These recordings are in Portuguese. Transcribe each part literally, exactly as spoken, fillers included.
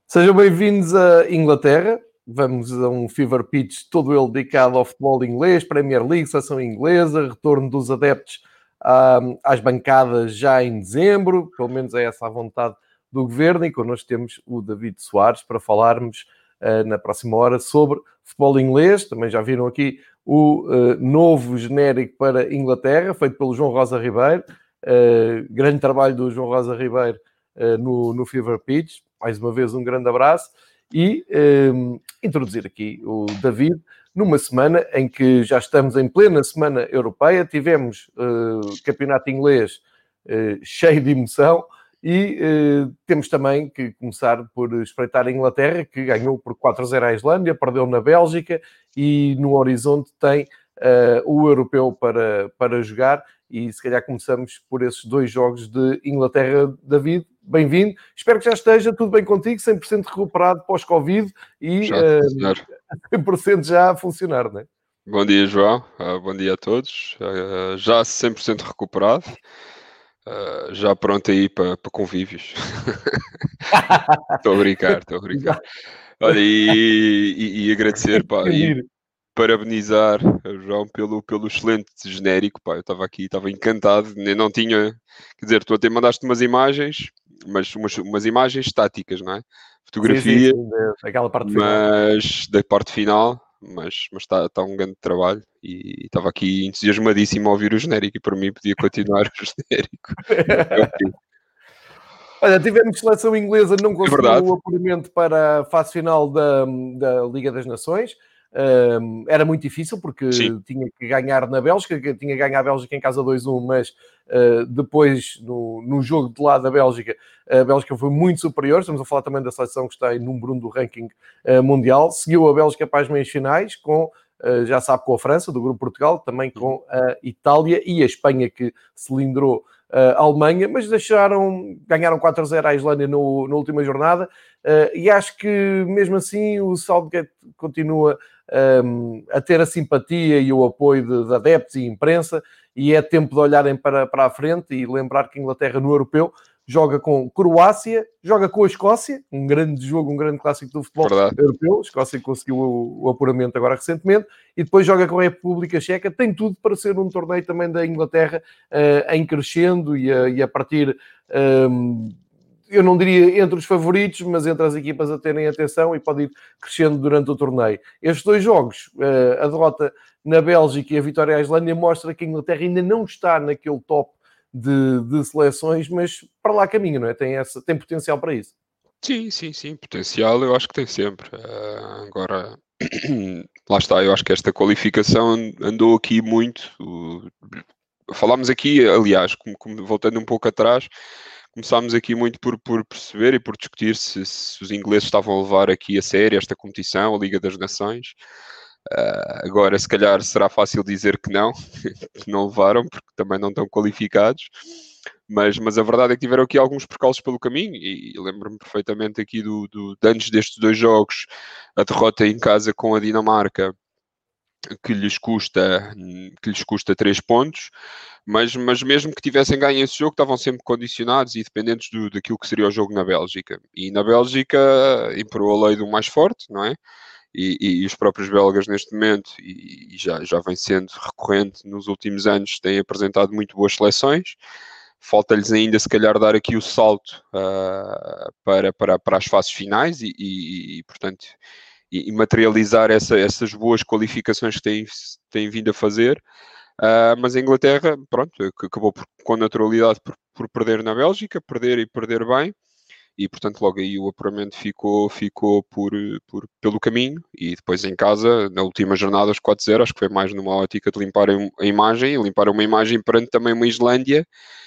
Sejam bem-vindos a Inglaterra. Vamos a um Fever Pitch todo ele dedicado ao futebol inglês, Premier League, seleção inglesa, retorno dos adeptos um, às bancadas já em dezembro, pelo menos é essa a vontade do governo, e connosco temos o David Soares para falarmos uh, na próxima hora sobre futebol inglês. Também já viram aqui o uh, novo genérico para Inglaterra, feito pelo João Rosa Ribeiro. Uh, grande trabalho do João Rosa Ribeiro uh, no, no Fever Pitch. Mais uma vez, um grande abraço e um, introduzir aqui o David numa semana em que já estamos em plena semana europeia. Tivemos uh, campeonato inglês uh, cheio de emoção e uh, temos também que começar por espreitar a Inglaterra, que ganhou por quatro a zero à Islândia, perdeu na Bélgica e no horizonte tem uh, o europeu para, para jogar. E se calhar começamos por esses dois jogos de Inglaterra. David, bem-vindo. Espero que já esteja tudo bem contigo, cem por cento recuperado pós-Covid e já, uh, cem por cento já a funcionar, não é? Bom dia, João. Uh, bom dia a todos. Uh, já cem por cento recuperado. Uh, já pronto aí para pa convívios. Estou a brincar, estou a brincar. Olha, e, e, e agradecer, pá, e parabenizar o João pelo, pelo excelente genérico, pá. Eu estava aqui, estava encantado, nem não tinha, quer dizer, tu até mandaste umas imagens, mas umas, umas imagens estáticas, não é? Fotografia, sim, sim, sim, aquela parte mas final. da parte final, mas está tá um grande trabalho e estava aqui entusiasmadíssimo a ouvir o genérico e para mim podia continuar o genérico. Olha, tivemos seleção inglesa, não conseguiu é o apuramento para a fase final da, da Liga das Nações. Um, era muito difícil porque Sim. tinha que ganhar na Bélgica, tinha que ganhar a Bélgica em casa dois a um, mas uh, depois no, no jogo de lá da Bélgica, a Bélgica foi muito superior. Estamos a falar também da seleção que está em número um do ranking uh, mundial. Seguiu a Bélgica para as meias finais, com, uh, já sabe, com a França, do grupo Portugal, também com a Itália e a Espanha, que cilindrou a Alemanha, mas deixaram, ganharam quatro a zero à Islândia no, na última jornada, uh, e acho que mesmo assim o Southgate continua um, a ter a simpatia e o apoio de, de adeptos e imprensa, e é tempo de olharem para, para a frente e lembrar que a Inglaterra no europeu joga com Croácia, joga com a Escócia, um grande jogo, um grande clássico do futebol Verdade. europeu. A Escócia conseguiu o, o apuramento agora recentemente, e depois joga com a República Checa. Tem tudo para ser um torneio também da Inglaterra uh, em crescendo e a, e a partir, um, eu não diria entre os favoritos, mas entre as equipas a terem atenção, e pode ir crescendo durante o torneio. Estes dois jogos, uh, a derrota na Bélgica e a vitória à Islândia, mostra que a Inglaterra ainda não está naquele top De, de seleções, mas para lá caminho, não é? Tem, essa, tem potencial para isso. Sim, sim, sim, potencial eu acho que tem sempre. Uh, agora, lá está, eu acho que esta qualificação andou aqui muito. Uh, falámos aqui, aliás, como, como, voltando um pouco atrás, começámos aqui muito por, por perceber e por discutir se, se os ingleses estavam a levar aqui a sério esta competição, a Liga das Nações. Uh, agora, se calhar, será fácil dizer que não, que não levaram, porque também não estão qualificados, mas, mas a verdade é que tiveram aqui alguns percalços pelo caminho, e, e lembro-me perfeitamente aqui do, do, de antes destes dois jogos, a derrota em casa com a Dinamarca, que lhes custa, que lhes custa três pontos, mas, mas mesmo que tivessem ganho esse jogo, estavam sempre condicionados e dependentes do, daquilo que seria o jogo na Bélgica. E na Bélgica imperou a lei do mais forte, não é? E, e, e os próprios belgas neste momento, e, e já, já vem sendo recorrente nos últimos anos, têm apresentado muito boas seleções. Falta-lhes ainda, se calhar, dar aqui o salto uh, para, para, para as fases finais e, e, e portanto, e, e materializar essa, essas boas qualificações que têm, têm vindo a fazer. Uh, mas a Inglaterra, pronto, acabou por, com naturalidade por, por perder na Bélgica, perder e perder bem. E, portanto, logo aí o apuramento ficou, ficou por, por, pelo caminho. E depois em casa, na última jornada, os quatro a zero, acho que foi mais numa ótica de limpar a imagem, e limpar uma imagem perante também uma Islândia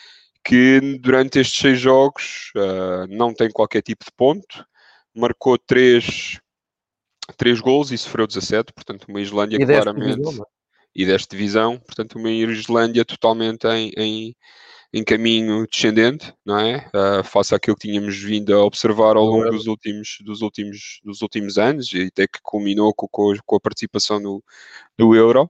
que durante estes seis jogos uh, não tem qualquer tipo de ponto, marcou três, três gols e sofreu dezassete, portanto uma Islândia e claramente... Divisão, e desta divisão, portanto uma Islândia totalmente em... em em caminho descendente, não é? Uh, face àquilo que tínhamos vindo a observar ao longo dos últimos, dos últimos, dos últimos anos, e até que culminou com, com a participação no, no Euro.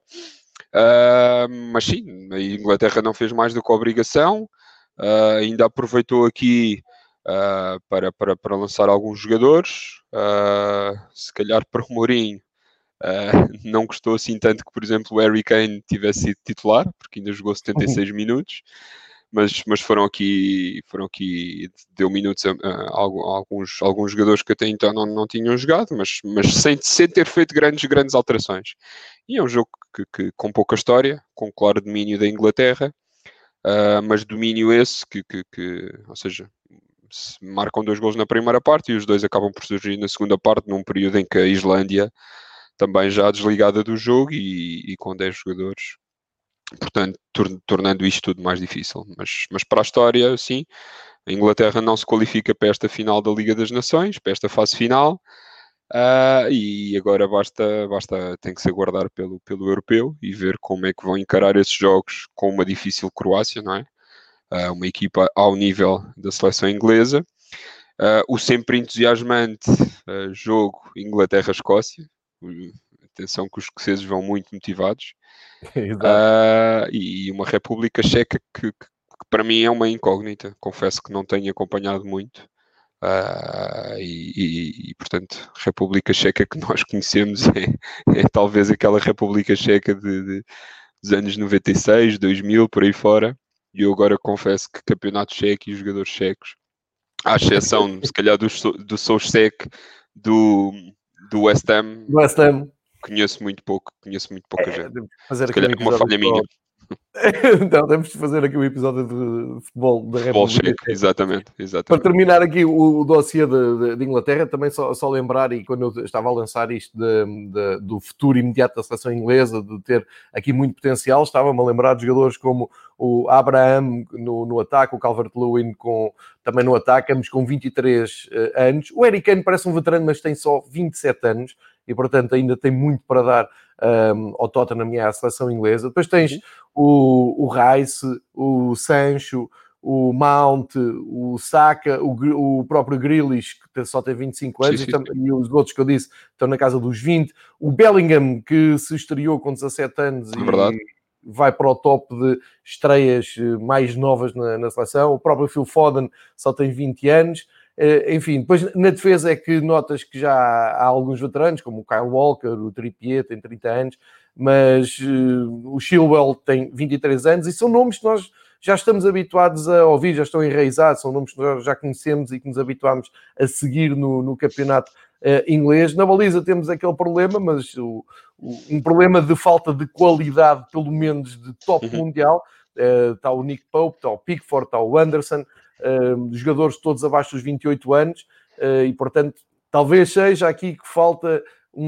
Uh, mas sim, a Inglaterra não fez mais do que a obrigação, uh, ainda aproveitou aqui uh, para, para, para lançar alguns jogadores, uh, se calhar para o Mourinho. Uh, não gostou assim tanto que, por exemplo, o Harry Kane tivesse sido titular, porque ainda jogou setenta e seis uhum. minutos, mas, mas foram aqui, foram aqui deu minutos a, a, a alguns, alguns jogadores que até então não, não tinham jogado, mas, mas sem, sem ter feito grandes, grandes alterações. E é um jogo que, que, com pouca história, com claro domínio da Inglaterra, uh, mas domínio esse que, que, que ou seja, marcam dois gols na primeira parte e os dois acabam por surgir na segunda parte, num período em que a Islândia também já desligada do jogo e, e com dez jogadores, portanto, tor tornando isto tudo mais difícil. Mas, mas para a história, sim, a Inglaterra não se qualifica para esta final da Liga das Nações, para esta fase final, uh, e agora basta, basta, tem que se aguardar pelo, pelo europeu e ver como é que vão encarar esses jogos com uma difícil Croácia, não é? Uh, uma equipa ao nível da seleção inglesa. Uh, o sempre entusiasmante uh, jogo Inglaterra-Escócia. Atenção que os escoceses vão muito motivados. uh, e uma República Checa que, que, que para mim é uma incógnita. Confesso que não tenho acompanhado muito. Uh, e, e, e, portanto, República Checa que nós conhecemos é, é talvez aquela República Checa de, de, dos anos noventa e seis, dois mil, por aí fora. E eu agora confesso que campeonato checo e os jogadores checos, à exceção, se calhar, do, do Souček, do... do West Ham, West Ham, conheço muito pouco, conheço muito pouca é, gente. Fazer Se aqui calhar um é uma falha minha. Então, temos de fazer aqui um episódio de futebol da futebol República Checa, exatamente, exatamente. Para terminar aqui o, o dossiê de, de, de Inglaterra, também só, só lembrar, e quando eu estava a lançar isto de, de, do futuro imediato da seleção inglesa, de ter aqui muito potencial, estava-me a lembrar de jogadores como o Abraham no, no ataque, o Calvert-Lewin com, também no ataque, ambos com vinte e três uh, anos. O Harry Kane parece um veterano, mas tem só vinte e sete anos, e portanto ainda tem muito para dar um, ao Tottenham e à seleção inglesa. Depois tens uhum. o, o Rice, o Sancho, o Mount, o Saka, o, o próprio Grealish, que só tem vinte e cinco anos, sim, sim, sim. E, tam, e os outros que eu disse estão na casa dos vinte. O Bellingham, que se estreou com dezassete anos é verdade. E vai para o top de estreias mais novas na, na seleção. O próprio Phil Foden só tem vinte anos. Enfim, depois na defesa é que notas que já há alguns veteranos, como o Kyle Walker, o Trippier, tem trinta anos, mas uh, o Chilwell tem vinte e três anos, e são nomes que nós já estamos habituados a ouvir, já estão enraizados, são nomes que nós já conhecemos e que nos habituámos a seguir no, no campeonato uh, inglês. Na baliza temos aquele problema, mas o, o, um problema de falta de qualidade, pelo menos de top uhum. mundial. Uh, está o Nick Pope, está o Pickford, está o Anderson, uh, jogadores todos abaixo dos vinte e oito anos, uh, e portanto talvez seja aqui que falta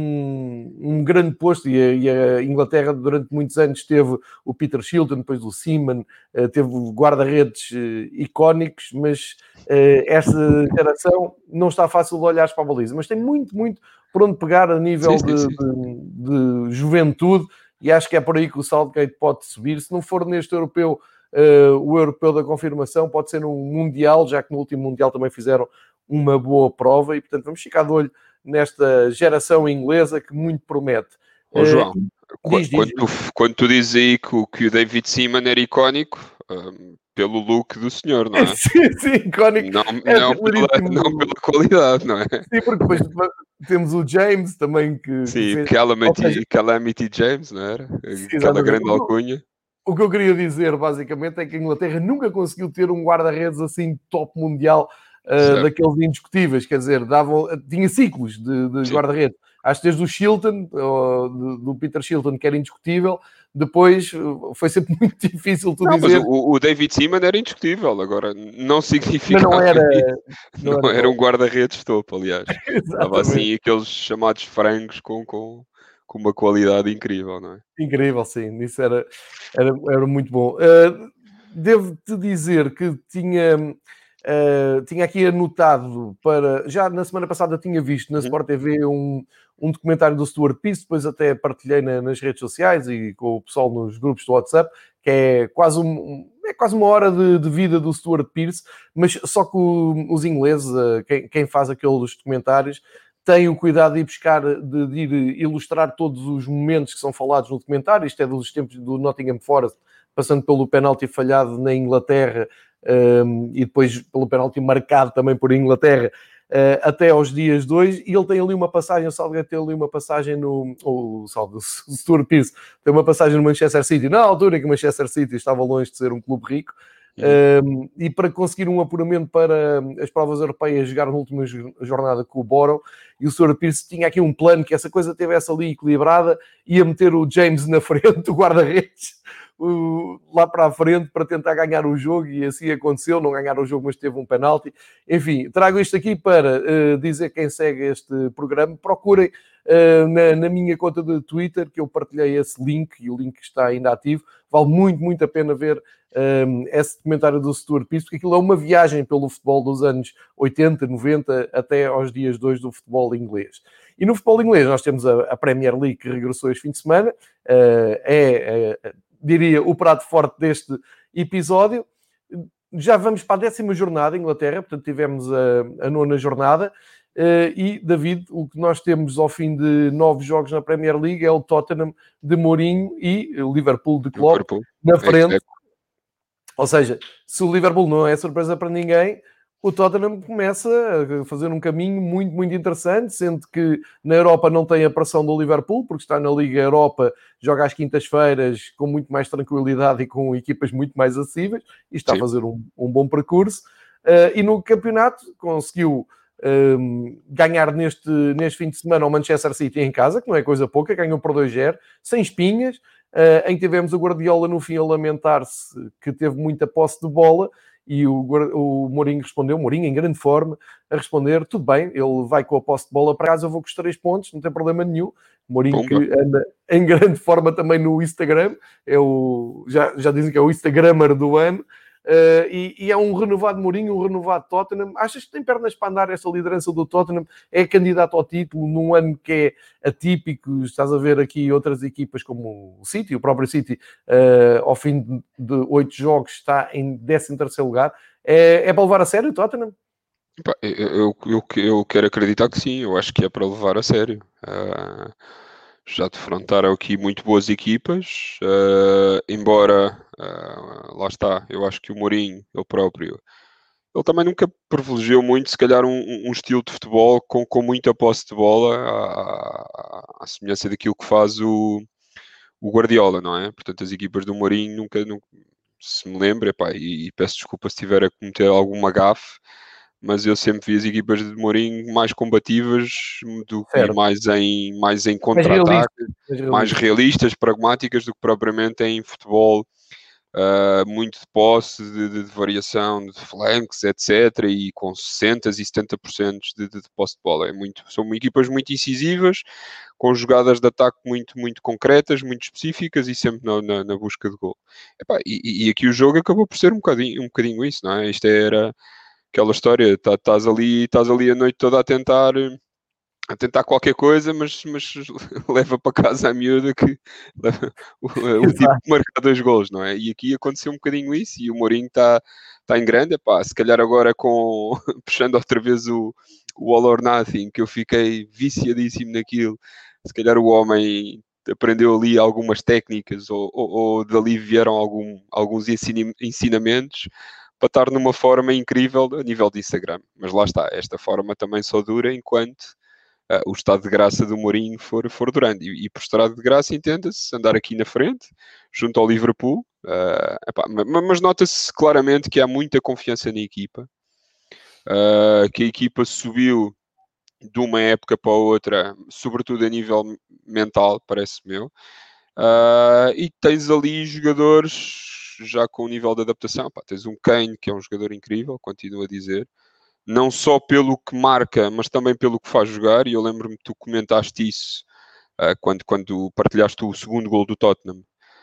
um, um grande posto, e a, e a Inglaterra durante muitos anos teve o Peter Shilton, depois o Seaman, uh, teve guarda-redes uh, icónicos, mas uh, esta geração não está fácil de olhar para a baliza, mas tem muito, muito por onde pegar a nível sim, sim, sim. De, de, de juventude, e acho que é por aí que o Southgate pode subir. Se não for neste europeu, uh, o europeu da confirmação, pode ser no Mundial, já que no último Mundial também fizeram uma boa prova, e portanto vamos ficar de olho nesta geração inglesa que muito promete. Ô, João, uh, diz, quando, diz, tu, quando tu dizes aí que o, que o David Seaman era icónico, um, pelo look do senhor, não é? Sim, sim, icónico. Não, é não, pela, não pela qualidade, não é? Sim, porque depois temos o James também que... Sim, que fez... Calamity, seja... Calamity James, não era? Sim, aquela grande alcunha. O que eu queria dizer, basicamente, é que a Inglaterra nunca conseguiu ter um guarda-redes assim top mundial, uh, daqueles indiscutíveis, quer dizer, davam, tinha ciclos de, de guarda-redes. Acho que desde o Shilton, uh, do Peter Shilton, que era indiscutível, depois uh, foi sempre muito difícil tu não, dizer... Mas o, o David Seaman era indiscutível, agora não significa... Não era... Não, não era, era um guarda-redes topo, aliás. Estava assim aqueles chamados frangos com... com... com uma qualidade incrível, não é? Incrível, sim. Isso era, era, era muito bom. Uh, devo-te dizer que tinha, uh, tinha aqui anotado para... Já na semana passada tinha visto na uhum. Sport T V um, um documentário do Stuart Pearce, depois até partilhei na, nas redes sociais e com o pessoal nos grupos do WhatsApp, que é quase, um, é quase uma hora de, de vida do Stuart Pearce, mas só que o, os ingleses, uh, quem, quem faz aqueles documentários, tem o cuidado de ir buscar, de, de ir ilustrar todos os momentos que são falados no documentário. Isto é dos tempos do Nottingham Forest, passando pelo penalti falhado na Inglaterra um, e depois pelo penalti marcado também por Inglaterra, uh, até aos dias dois, e ele tem ali uma passagem, o Southgate tem ali uma passagem no... o Stuart Pearce tem uma passagem no Manchester City, na altura em que o Manchester City estava longe de ser um clube rico, uhum. um, e para conseguir um apuramento para as provas europeias, jogar na última jornada com o Borough, e o Stuart Pearce tinha aqui um plano que essa coisa tivesse ali equilibrada, ia meter o James na frente, o guarda-redes, o, lá para a frente, para tentar ganhar o jogo, e assim aconteceu, não ganhar o jogo, mas teve um penalti. Enfim, trago isto aqui para uh, dizer quem segue este programa, procurem uh, na, na minha conta de Twitter, que eu partilhei esse link, e o link está ainda ativo, vale muito, muito a pena ver um, esse documentário do Stuart Pearce, porque aquilo é uma viagem pelo futebol dos anos oitenta, noventa, até aos dias dois do futebol inglês. E no futebol inglês nós temos a, a Premier League, que regressou este fim de semana, uh, é, é, diria, o prato forte deste episódio. Já vamos para a décima jornada em Inglaterra, portanto tivemos a, a nona jornada, uh, e, David, o que nós temos ao fim de nove jogos na Premier League é o Tottenham de Mourinho e o Liverpool de Klopp Liverpool. na frente. É, é. Ou seja, se o Liverpool não é surpresa para ninguém, o Tottenham começa a fazer um caminho muito, muito interessante, sendo que na Europa não tem a pressão do Liverpool, porque está na Liga Europa, joga às quintas-feiras com muito mais tranquilidade e com equipas muito mais acessíveis, e está Sim. a fazer um, um bom percurso. Uh, e no campeonato conseguiu um, ganhar neste, neste fim de semana o Manchester City em casa, que não é coisa pouca, ganhou por dois a zero, sem espinhas, uh, em que tivemos o Guardiola no fim a lamentar-se que teve muita posse de bola, e o, o Mourinho respondeu, Mourinho em grande forma, a responder, tudo bem, ele vai com a posse de bola para casa, eu vou com os três pontos, não tem problema nenhum. Mourinho Pumba. que anda em grande forma também no Instagram, é o, já, já dizem que é o Instagrammer do ano, uh, e, e é um renovado Mourinho, um renovado Tottenham. Achas que tem pernas para andar essa liderança do Tottenham? É candidato ao título num ano que é atípico, estás a ver aqui outras equipas como o City, o próprio City, uh, ao fim de oito jogos está em décimo terceiro lugar. É, é para levar a sério o Tottenham? Eu, eu, eu quero acreditar que sim, eu acho que é para levar a sério. Uh, já defrontaram aqui muito boas equipas, uh, embora, uh, lá está, eu acho que o Mourinho, ele próprio, ele também nunca privilegiou muito, se calhar, um, um estilo de futebol com, com muita posse de bola, à, à semelhança daquilo que faz o, o Guardiola, não é? Portanto, as equipas do Mourinho nunca, nunca se me lembro, epá, e, e peço desculpa se tiver a cometer alguma gafe, mas eu sempre vi as equipas de Mourinho mais combativas do que mais em, mais em contra-ataque, mais, mais realistas, pragmáticas do que propriamente em futebol uh, muito de posse, de, de, de variação de flanks, etcétera, e com sessenta e setenta por cento de, de, de posse de bola. É muito, são equipas muito incisivas, com jogadas de ataque muito, muito concretas, muito específicas e sempre na, na, na busca de gol. Epá, e, e aqui o jogo acabou por ser um bocadinho, um bocadinho isso, não é? Isto era aquela história, estás tá, ali, estás ali a noite toda a tentar, a tentar qualquer coisa, mas, mas leva para casa a miúda que leva, o, o tipo de marcar dois golos, não é? E aqui aconteceu um bocadinho isso, e o Mourinho está tá em grande, epá, se calhar agora com puxando outra vez o, o All or Nothing, que eu fiquei viciadíssimo naquilo, se calhar o homem aprendeu ali algumas técnicas, ou, ou, ou dali vieram algum, alguns ensinamentos, para estar numa forma incrível a nível de Instagram. Mas lá está, esta forma também só dura enquanto uh, o estado de graça do Mourinho for, for durando. E, e por estado de graça entenda-se andar aqui na frente, junto ao Liverpool, uh, epá, mas, mas nota-se claramente que há muita confiança na equipa, uh, que a equipa subiu de uma época para a outra, sobretudo a nível mental, parece-me eu, uh, e tens ali jogadores já com o nível de adaptação. Pá, tens um Kane, que é um jogador incrível, continuo a dizer, não só pelo que marca, mas também pelo que faz jogar, e eu lembro-me que tu comentaste isso uh, quando, quando partilhaste o segundo gol do Tottenham.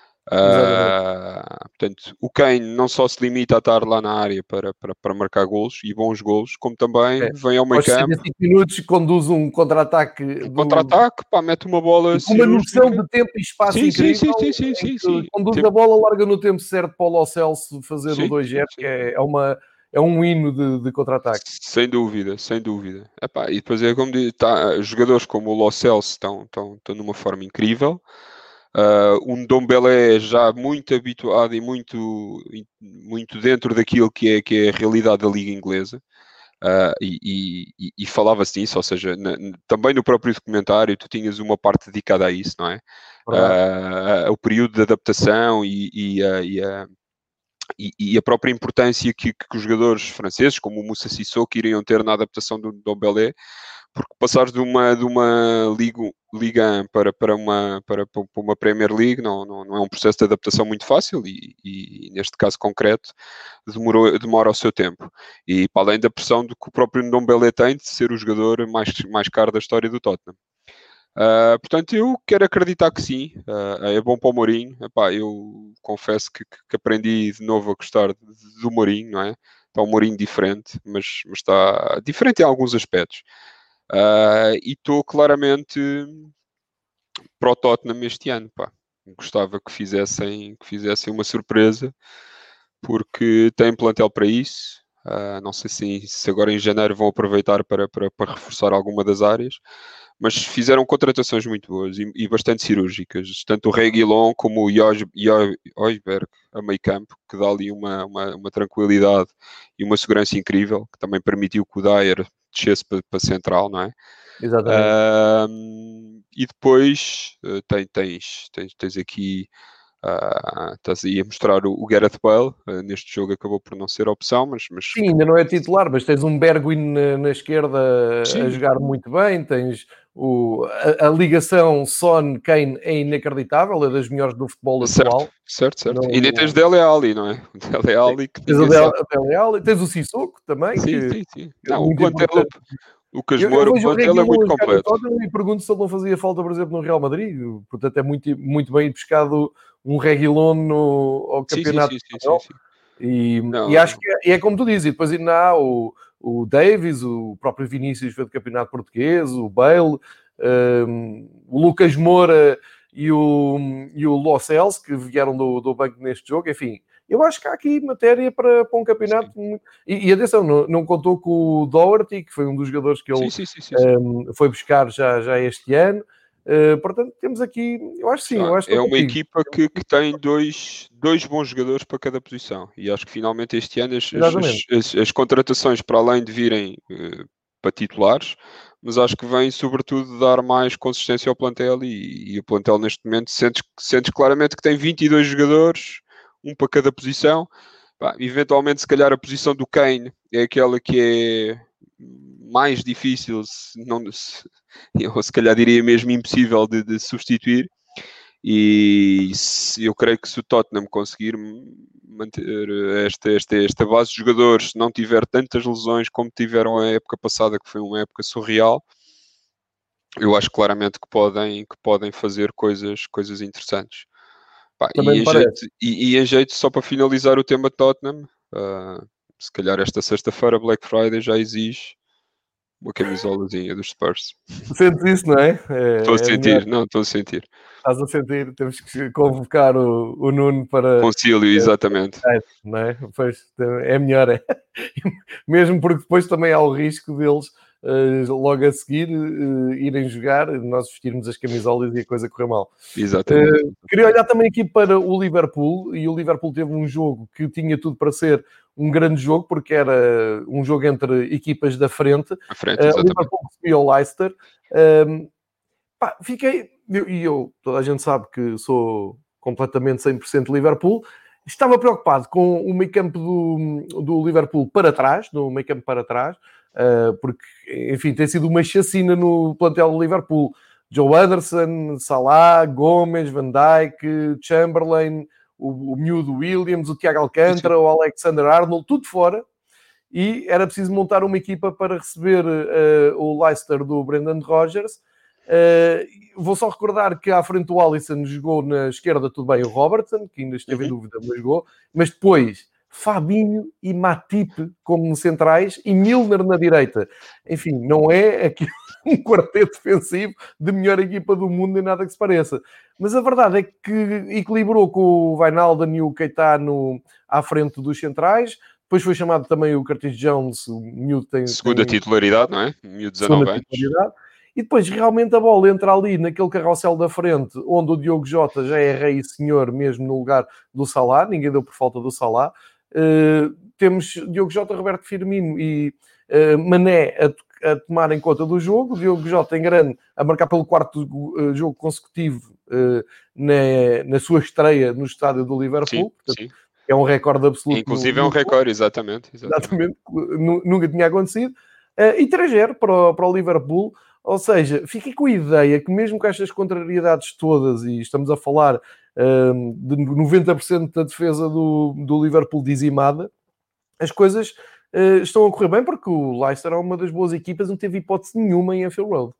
Uh, portanto, o Kane não só se limita a estar lá na área para, para, para marcar golos, e bons golos, como também é. vem ao meio campo. Aos sessenta e cinco minutos conduz um contra-ataque. Um do... contra-ataque, pá, mete uma bola com uma noção de tempo e espaço sim, incrível. Sim, sim, sim, sim, sim. Conduz Tem... a bola, larga no tempo certo para o Lo Celso fazer sim, o dois a zero, que é, é, uma, é um hino de, de contra-ataque. Sem dúvida, sem dúvida. Epá, e depois é como diz, tá, jogadores como o Lo Celso estão, estão, estão numa forma incrível. Uh, um Ndombele já muito habituado e muito, muito dentro daquilo que é, que é a realidade da Liga Inglesa. Uh, e, e, e falava-se nisso, ou seja, na, também no próprio documentário tu tinhas uma parte dedicada a isso, não é? Uh, o período de adaptação e, e, uh, e, uh, e, e a própria importância que, que os jogadores franceses, como o Moussa Sissoko, iriam ter na adaptação do Ndombele, porque passares de uma, de uma Liga, Liga para, para, uma, para, para uma Premier League não, não, não é um processo de adaptação muito fácil e, e neste caso concreto demorou, demora o seu tempo. E para além da pressão do que o próprio Ndombele tem de ser o jogador mais, mais caro da história do Tottenham. Uh, portanto, eu quero acreditar que sim, uh, é bom para o Mourinho. Epá, eu confesso que, que aprendi de novo a gostar do Mourinho, não é? Está um Mourinho diferente, mas, mas está diferente em alguns aspectos. Uh, e estou claramente para o Tottenham este ano, pá. Gostava que fizessem, que fizessem uma surpresa, porque têm plantel para isso. Uh, não sei se, se agora em janeiro vão aproveitar para, para, para reforçar alguma das áreas, mas fizeram contratações muito boas e, e bastante cirúrgicas. Tanto o Reguilon como o Højbjerg a meio campo, que dá ali uma, uma, uma tranquilidade e uma segurança incrível, que também permitiu que o Dyer descesse para, para central, não é? Exatamente. Uh, e depois uh, tem, tens, tens, tens aqui uh, estás aí a mostrar o, o Gareth Bale, uh, neste jogo acabou por não ser opção, mas, mas... Sim, ainda não é titular, mas tens um Bergwijn na, na esquerda Sim. a jogar muito bem, tens o, a, a ligação Son-Kane é inacreditável, é das melhores do futebol certo, atual. Certo, certo. Não... E nem tens Dele Alli, não é? O Dele Alli que tens o Dele Alli, tens o Sissoko também, sim, que sim, sim. é Não, muito o plantel, importante. o Casmoro, o plantel é muito completo. E pergunto se ele não fazia falta, por exemplo, no Real Madrid. Portanto, é muito, muito bem pescado um Reguilon no, ao campeonato. Sim, sim, sim, sim, sim, sim. E, e acho que é, é como tu dizes, e depois ainda há o, o Davies, o próprio Vinícius foi do campeonato português, o Bale, um, o Lucas Moura e o, e o Lo Celso, que vieram do, do banco neste jogo. Enfim, eu acho que há aqui matéria para, para um campeonato. E, e atenção, não, não contou com o Doherty, que foi um dos jogadores que ele sim, sim, sim, sim, sim. Um, foi buscar já, já este ano. Uh, portanto, temos aqui, eu acho que sim, eu acho que é uma equipa que, que tem dois, dois bons jogadores para cada posição e acho que finalmente este ano as, as, as, as contratações, para além de virem uh, para titulares, mas acho que vem sobretudo dar mais consistência ao plantel e, e o plantel neste momento sentes, sentes claramente que tem vinte e dois jogadores, um para cada posição. Bah, eventualmente se calhar a posição do Kane é aquela que é mais difícil, se não, se, eu se calhar diria mesmo impossível de, de substituir, e se, eu creio que se o Tottenham conseguir manter esta, esta, esta base de jogadores, se não tiver tantas lesões como tiveram a época passada, que foi uma época surreal, eu acho claramente que podem, que podem fazer coisas, coisas interessantes. Pá, e, em jeito, e, e em jeito, só para finalizar o tema Tottenham, uh, se calhar esta sexta-feira, Black Friday, já exige uma camisolazinha dos Spurs. Sentes isso, não é? é estou a é sentir, melhor. Não, estou a sentir. Estás a sentir, temos que convocar o, o Nuno para... Concílio, exatamente. É, não é? Pois, é melhor, é. Mesmo porque depois também há o risco deles, uh, logo a seguir, uh, irem jogar, nós vestirmos as camisolas e a coisa correr mal. Exatamente. Uh, queria olhar também aqui para o Liverpool, e o Liverpool teve um jogo que tinha tudo para ser um grande jogo, porque era um jogo entre equipas da frente. A frente, uh, o Liverpool recebia o Leicester. Uh, pá, fiquei, e eu, eu, toda a gente sabe que sou completamente cem por cento Liverpool, estava preocupado com o meio campo do, do Liverpool para trás, no meio campo para trás, uh, porque, enfim, tem sido uma chacina no plantel do Liverpool. Joe Anderson, Salah, Gomes, Van Dijk, Chamberlain, o, o miúdo Williams, o Thiago Alcântara, o Alexander Arnold, tudo fora. E era preciso montar uma equipa para receber uh, o Leicester do Brendan Rodgers. Uh, vou só recordar que à frente do Alisson jogou na esquerda tudo bem o Robertson, que ainda esteve uhum. em dúvida, mas jogou. Mas depois Fabinho e Matip como centrais e Milner na direita. Enfim, não é aqui um quarteto defensivo de melhor equipa do mundo nem nada que se pareça. Mas a verdade é que equilibrou com o Wijnaldum e o Keita no, à frente dos centrais. Depois foi chamado também o Curtis Jones, o miúdo tem... Segunda tem... titularidade, não é? Miúdo dezanove anos. e depois realmente a bola entra ali naquele carrossel da frente, onde o Diogo Jota já é rei e senhor mesmo no lugar do Salah, ninguém deu por falta do Salah. Uh, temos Diogo Jota, Roberto Firmino e uh, Mané a, a tomar em conta do jogo, o Diogo Jota em grande a marcar pelo quarto uh, jogo consecutivo uh, na, na sua estreia no estádio do Liverpool. Sim, portanto, sim. É um recorde absoluto. Inclusive no, é um no recorde, exatamente. Exatamente, exatamente. Nunca tinha acontecido. Uh, e três zero para o, para o Liverpool. Ou seja, fiquei com a ideia que mesmo com estas contrariedades todas, e estamos a falar uh, de noventa por cento da defesa do, do Liverpool dizimada, as coisas uh, estão a correr bem, porque o Leicester é uma das boas equipas, não teve hipótese nenhuma em Anfield Road.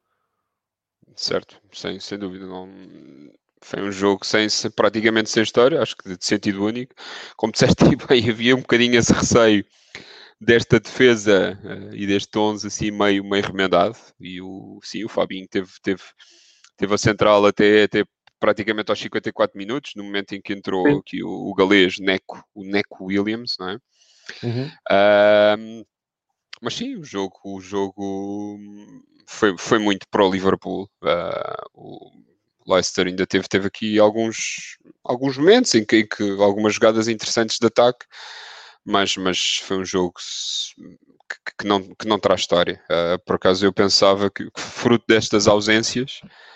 Certo, sem, sem dúvida. Não... Foi um jogo sem, praticamente sem história, acho que de sentido único. Como disseste bem, havia um bocadinho esse receio desta defesa uh, e deste onze assim meio, meio remendado. E o, sim, o Fabinho teve, teve, teve a central até, até praticamente aos cinquenta e quatro minutos, no momento em que entrou aqui o, o galês Neco, o Neco Williams, não é? Uhum. Uh, mas sim, o jogo, o jogo foi, foi muito para o Liverpool. Uh, o Leicester ainda teve, teve aqui alguns, alguns momentos em que, em que algumas jogadas interessantes de ataque, mas, mas foi um jogo que, que, não, que não traz história. Uh, por acaso eu pensava que, que fruto destas ausências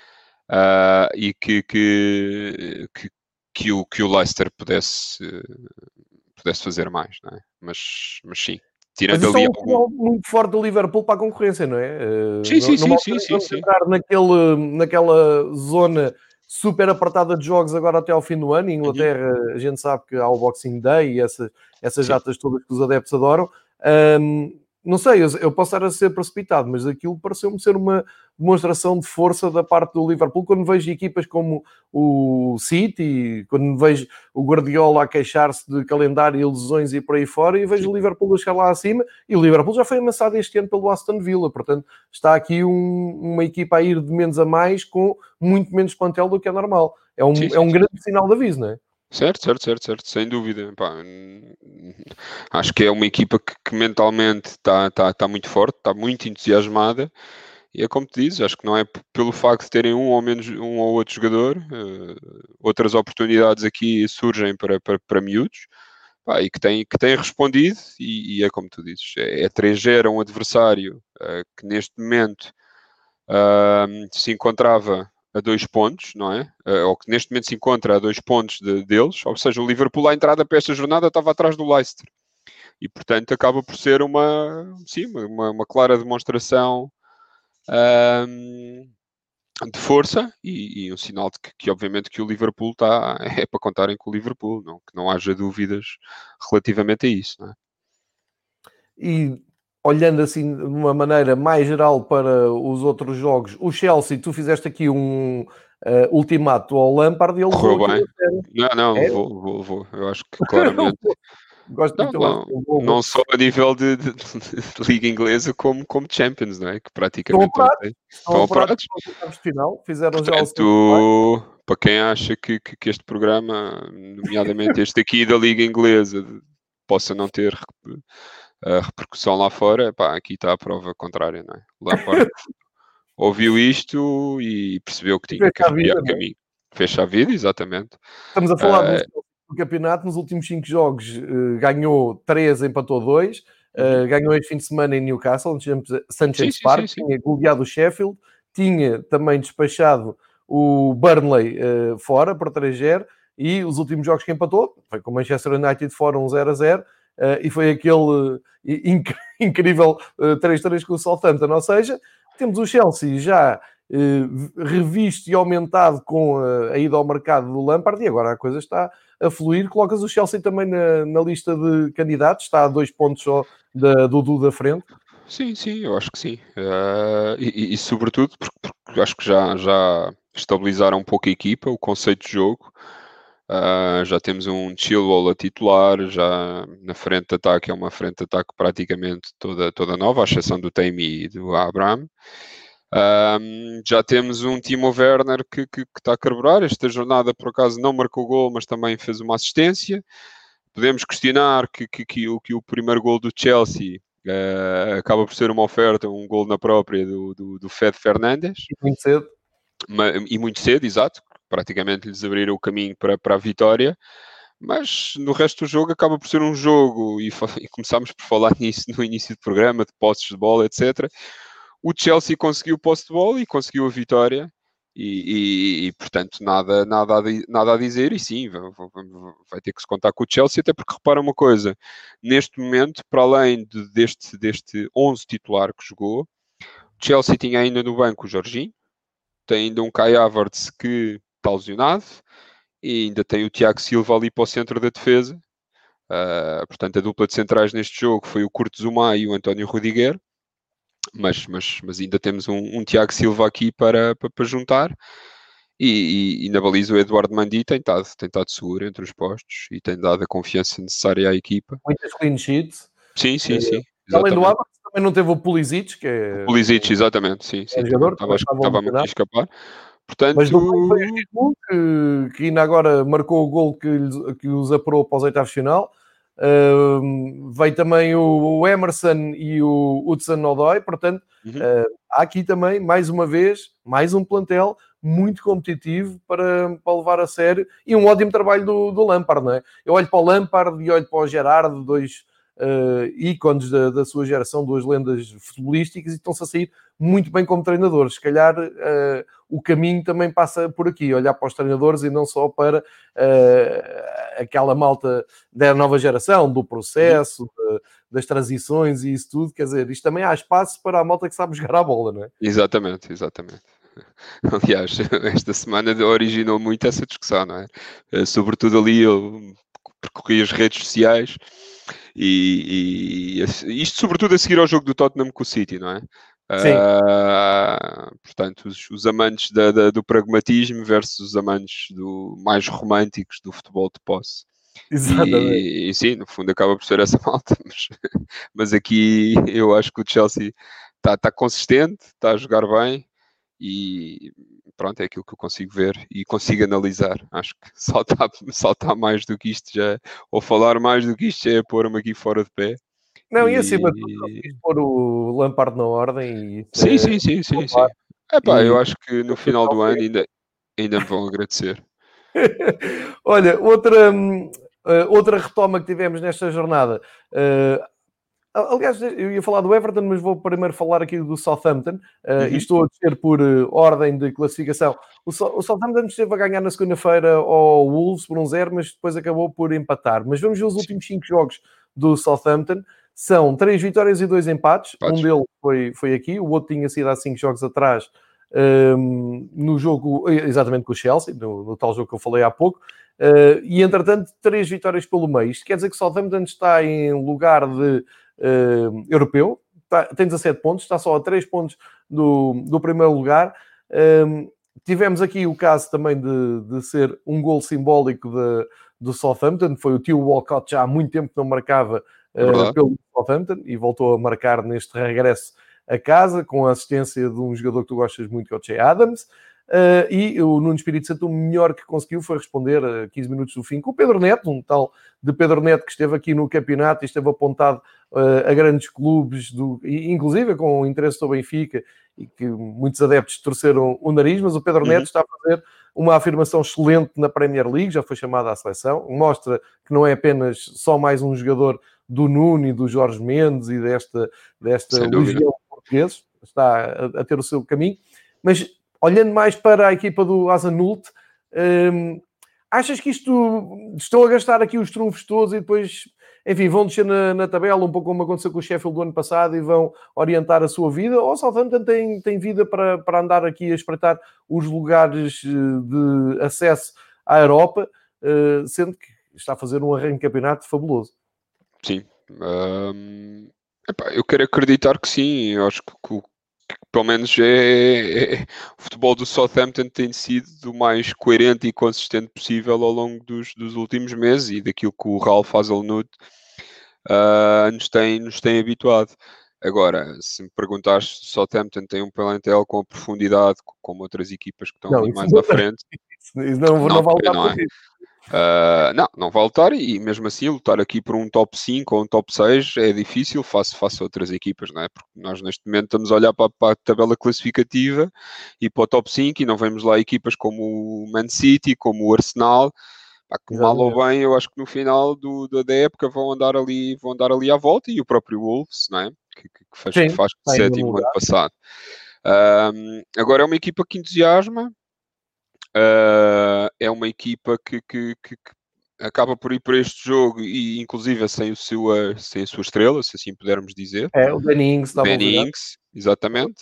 uh, e que, que, que, que, o, que o Leicester pudesse, pudesse fazer mais, não é? Mas, mas sim. Mas Tirando isso ali é um algum... sinal muito forte do Liverpool para a concorrência, não é? Sim, sim, Numa sim, altura sim, vamos sim, entrar naquele, naquela zona super apertada de jogos agora até ao fim do ano. Em Inglaterra, uhum. A gente sabe que há o Boxing Day e essa, essas datas todas que os adeptos adoram. Um, não sei, eu, eu posso estar a ser precipitado, mas aquilo pareceu-me ser uma demonstração de força da parte do Liverpool quando vejo equipas como o City, quando vejo o Guardiola a queixar-se de calendário e lesões e por aí fora, e vejo Sim. o Liverpool a chegar lá acima, e o Liverpool já foi amassado este ano pelo Aston Villa, portanto está aqui um, uma equipa a ir de menos a mais com muito menos plantel do que é normal. É um, sim, sim, é um grande sinal de aviso, não é? Certo, certo, certo, certo, sem dúvida. Pá, acho que é uma equipa que, que mentalmente está tá, tá muito forte, está muito entusiasmada. E é como te dizes, acho que não é pelo facto de terem um ou menos um ou outro jogador, uh, outras oportunidades aqui surgem para, para, para miúdos, pá, e que têm, que têm respondido, e, e é como tu dizes, é, é três zero um adversário uh, que neste momento uh, se encontrava a dois pontos, não é? Uh, ou que neste momento se encontra a dois pontos de, deles, ou seja, o Liverpool à entrada para esta jornada estava atrás do Leicester. E, portanto, acaba por ser uma, sim, uma, uma clara demonstração um, de força e, e um sinal de que, que, obviamente, que o Liverpool está, é para contarem com o Liverpool, não, que não haja dúvidas relativamente a isso, não é? E olhando assim de uma maneira mais geral para os outros jogos, o Chelsea, tu fizeste aqui um uh, ultimato ao Lampard e ele correu levou bem. aquilo. Não, não, É? vou, vou, vou. Eu acho que claramente. Gosto Não, muito não, vou, não só a nível de, de, de Liga Inglesa, como, como Champions, não é? Que praticamente estão apurados. estão apurados apurados. de final, fizeram Portanto, já o para quem acha que, que, que este programa, nomeadamente este aqui da Liga Inglesa, possa não ter a repercussão lá fora, pá, aqui está a prova contrária, não é? Lampard ouviu isto e percebeu que tinha que arrepiar caminho. Fecha a vida, exatamente. Estamos a falar uh, do, do campeonato, nos últimos cinco jogos uh, ganhou três, empatou dois, uh, uhum. ganhou este fim de semana em Newcastle, no Sanchez Park, tinha goleado o Sheffield, tinha também despachado o Burnley uh, fora por três zero, e os últimos jogos que empatou foi com o Manchester United fora um zero a zero, uh, e foi aquele uh, inc incrível uh, três três com o Southampton, ou seja, temos o Chelsea já uh, revisto e aumentado com a, a ida ao mercado do Lampard, e agora a coisa está a fluir. Colocas o Chelsea também na, na lista de candidatos, está a dois pontos só da, do Du da frente. Sim, sim, eu acho que sim. Uh, e, e sobretudo porque, porque acho que já, já estabilizaram um pouco a equipa, o conceito de jogo. Uh, já temos um Chilwell a titular, já na frente de ataque é uma frente de ataque praticamente toda, toda nova, à exceção do Tammy e do Abraham. Um, já temos um Timo Werner que, que, que está a carburar. Esta jornada, por acaso, não marcou gol, mas também fez uma assistência. Podemos questionar que, que, que, o, que o primeiro gol do Chelsea Uh, acaba por ser uma oferta, um gol na própria do, do, do Fede Fernandes. E muito cedo. E muito cedo, exato. Praticamente lhes abriram o caminho para, para a vitória. Mas no resto do jogo acaba por ser um jogo, e, e começámos por falar nisso no início do programa, de posses de bola, etcétera. O Chelsea conseguiu o posse de bola e conseguiu a vitória. E, e, e, portanto, nada, nada, a, nada a dizer, e sim, vai, vai ter que se contar com o Chelsea, até porque repara uma coisa, neste momento, para além de, deste, deste onze titular que jogou, o Chelsea tinha ainda no banco o Jorginho, tem ainda um Kai Havertz que está lesionado, e ainda tem o Tiago Silva ali para o centro da defesa, uh, portanto a dupla de centrais neste jogo foi o Curto Zuma e o António Rudiger. Mas, mas, mas ainda temos um, um Tiago Silva aqui para, para, para juntar, e, e, e na baliza o Eduardo Mandi tem estado, tem estado seguro entre os postos e tem dado a confiança necessária à equipa. Muitas clean sheets. Sim, sim, sim. Uh, além do Havertz, também não teve o Pulisic, que é... O Pulisic, exatamente, sim. sim é jogador, estava, estava muito a escapar. Portanto... Mas não foi o Giroud, que, que ainda agora marcou o gol que, que os apurou para os oitavos de final. Uh, veio também o, o Emerson e o Hudson-Odoi, portanto, uhum. uh, há aqui também, mais uma vez, mais um plantel muito competitivo para, para levar a sério, e um ótimo trabalho do, do Lampard, não é? Eu olho para o Lampard e olho para o Gerrard, dois uh, ícones da, da sua geração, duas lendas futebolísticas, e estão-se a sair muito bem como treinadores. Se calhar uh, o caminho também passa por aqui, olhar para os treinadores e não só para uh, aquela malta da nova geração, do processo, de, das transições e isso tudo. Quer dizer, isto também há espaço para a malta que sabe jogar a bola, não é? Exatamente, exatamente. Aliás, esta semana originou muito essa discussão, não é? Uh, sobretudo ali eu percorri as redes sociais e, e isto sobretudo a seguir ao jogo do Tottenham com o City, não é? Uh, portanto, os, os amantes da, da, do pragmatismo versus os amantes do, mais românticos do futebol de posse. Exatamente. E, e sim, no fundo acaba por ser essa malta, mas, mas aqui eu acho que o Chelsea está tá consistente, está a jogar bem e pronto, é aquilo que eu consigo ver e consigo analisar. Acho que saltar, saltar mais do que isto já, ou falar mais do que isto já é pôr-me aqui fora de pé. Não, e, e acima de tudo, conseguiste pôr o Lampard na ordem. E sim, é... sim, sim, sim, sim. Epá, e... eu acho que no final do ano ainda, ainda me vão agradecer. Olha, outra, uh, outra retoma que tivemos nesta jornada. Uh, aliás, eu ia falar do Everton, mas vou primeiro falar aqui do Southampton. Uh, uhum. E estou a descer por uh, ordem de classificação. O, so o Southampton esteve a ganhar na segunda-feira ao Wolves por um zero, mas depois acabou por empatar. Mas vamos ver os últimos cinco jogos do Southampton. São três vitórias e dois empates. Empates. Um deles foi, foi aqui, o outro tinha sido há cinco jogos atrás, um, no jogo, exatamente com o Chelsea, no, no tal jogo que eu falei há pouco. Uh, e, entretanto, três vitórias pelo meio. Isto quer dizer que o Southampton está em lugar de uh, europeu, está, tem dezassete pontos, está só a três pontos do, do primeiro lugar. Um, tivemos aqui o caso também de, de ser um gol simbólico de, do Southampton. Foi o Theo Walcott, já há muito tempo que não marcava Uh, pelo Southampton, e voltou a marcar neste regresso a casa, com a assistência de um jogador que tu gostas muito, que é o Che Adams, uh, e o Nuno Espírito Santo, o melhor que conseguiu foi responder a quinze minutos do fim com o Pedro Neto, um tal de Pedro Neto que esteve aqui no campeonato e esteve apontado uh, a grandes clubes, do, inclusive com o interesse do Benfica, e que muitos adeptos torceram o nariz, mas o Pedro uhum. Neto está a fazer uma afirmação excelente na Premier League, já foi chamado à seleção, mostra que não é apenas só mais um jogador do Nuno e do Jorge Mendes e desta, desta legião de portugueses, está a, a ter o seu caminho. Mas olhando mais para a equipa do Hasenhüttl, hum, achas que isto, estão a gastar aqui os trunfos todos e depois, enfim, vão descer na, na tabela, um pouco como aconteceu com o Sheffield do ano passado, e vão orientar a sua vida? Ou o Southampton tem, tem vida para, para andar aqui a espreitar os lugares de acesso à Europa, sendo que está a fazer um arranque de campeonato fabuloso? Sim, um, epá, eu quero acreditar que sim. Eu acho que, que, que pelo menos é, é, o futebol do Southampton tem sido o mais coerente e consistente possível ao longo dos, dos últimos meses, e daquilo que o Ralph Hasenhüttl uh, nos, tem, nos tem habituado. Agora, se me perguntares se o Southampton tem um plantel com a profundidade como outras equipas que estão não, ali mais não, à frente, isso não, não, não vale não é. Uh, não, não vai lutar e mesmo assim lutar aqui por um top cinco ou um top seis é difícil face, face a outras equipas, não é? Porque nós neste momento estamos a olhar para, para a tabela classificativa e para o top cinco e não vemos lá equipas como o Man City, como o Arsenal, pá, que mal ou bem eu acho que no final do, da, da época vão andar, ali, vão andar ali à volta e o próprio Wolves, não é? Que, que, que faz, Sim, que faz sétimo ano passado. Um, agora é uma equipa que entusiasma. Uh, é uma equipa que, que, que, que acaba por ir para este jogo e inclusive sem, o seu, sem a sua estrela, se assim pudermos dizer. É, o Danny Ings estava Danny Ings, exatamente.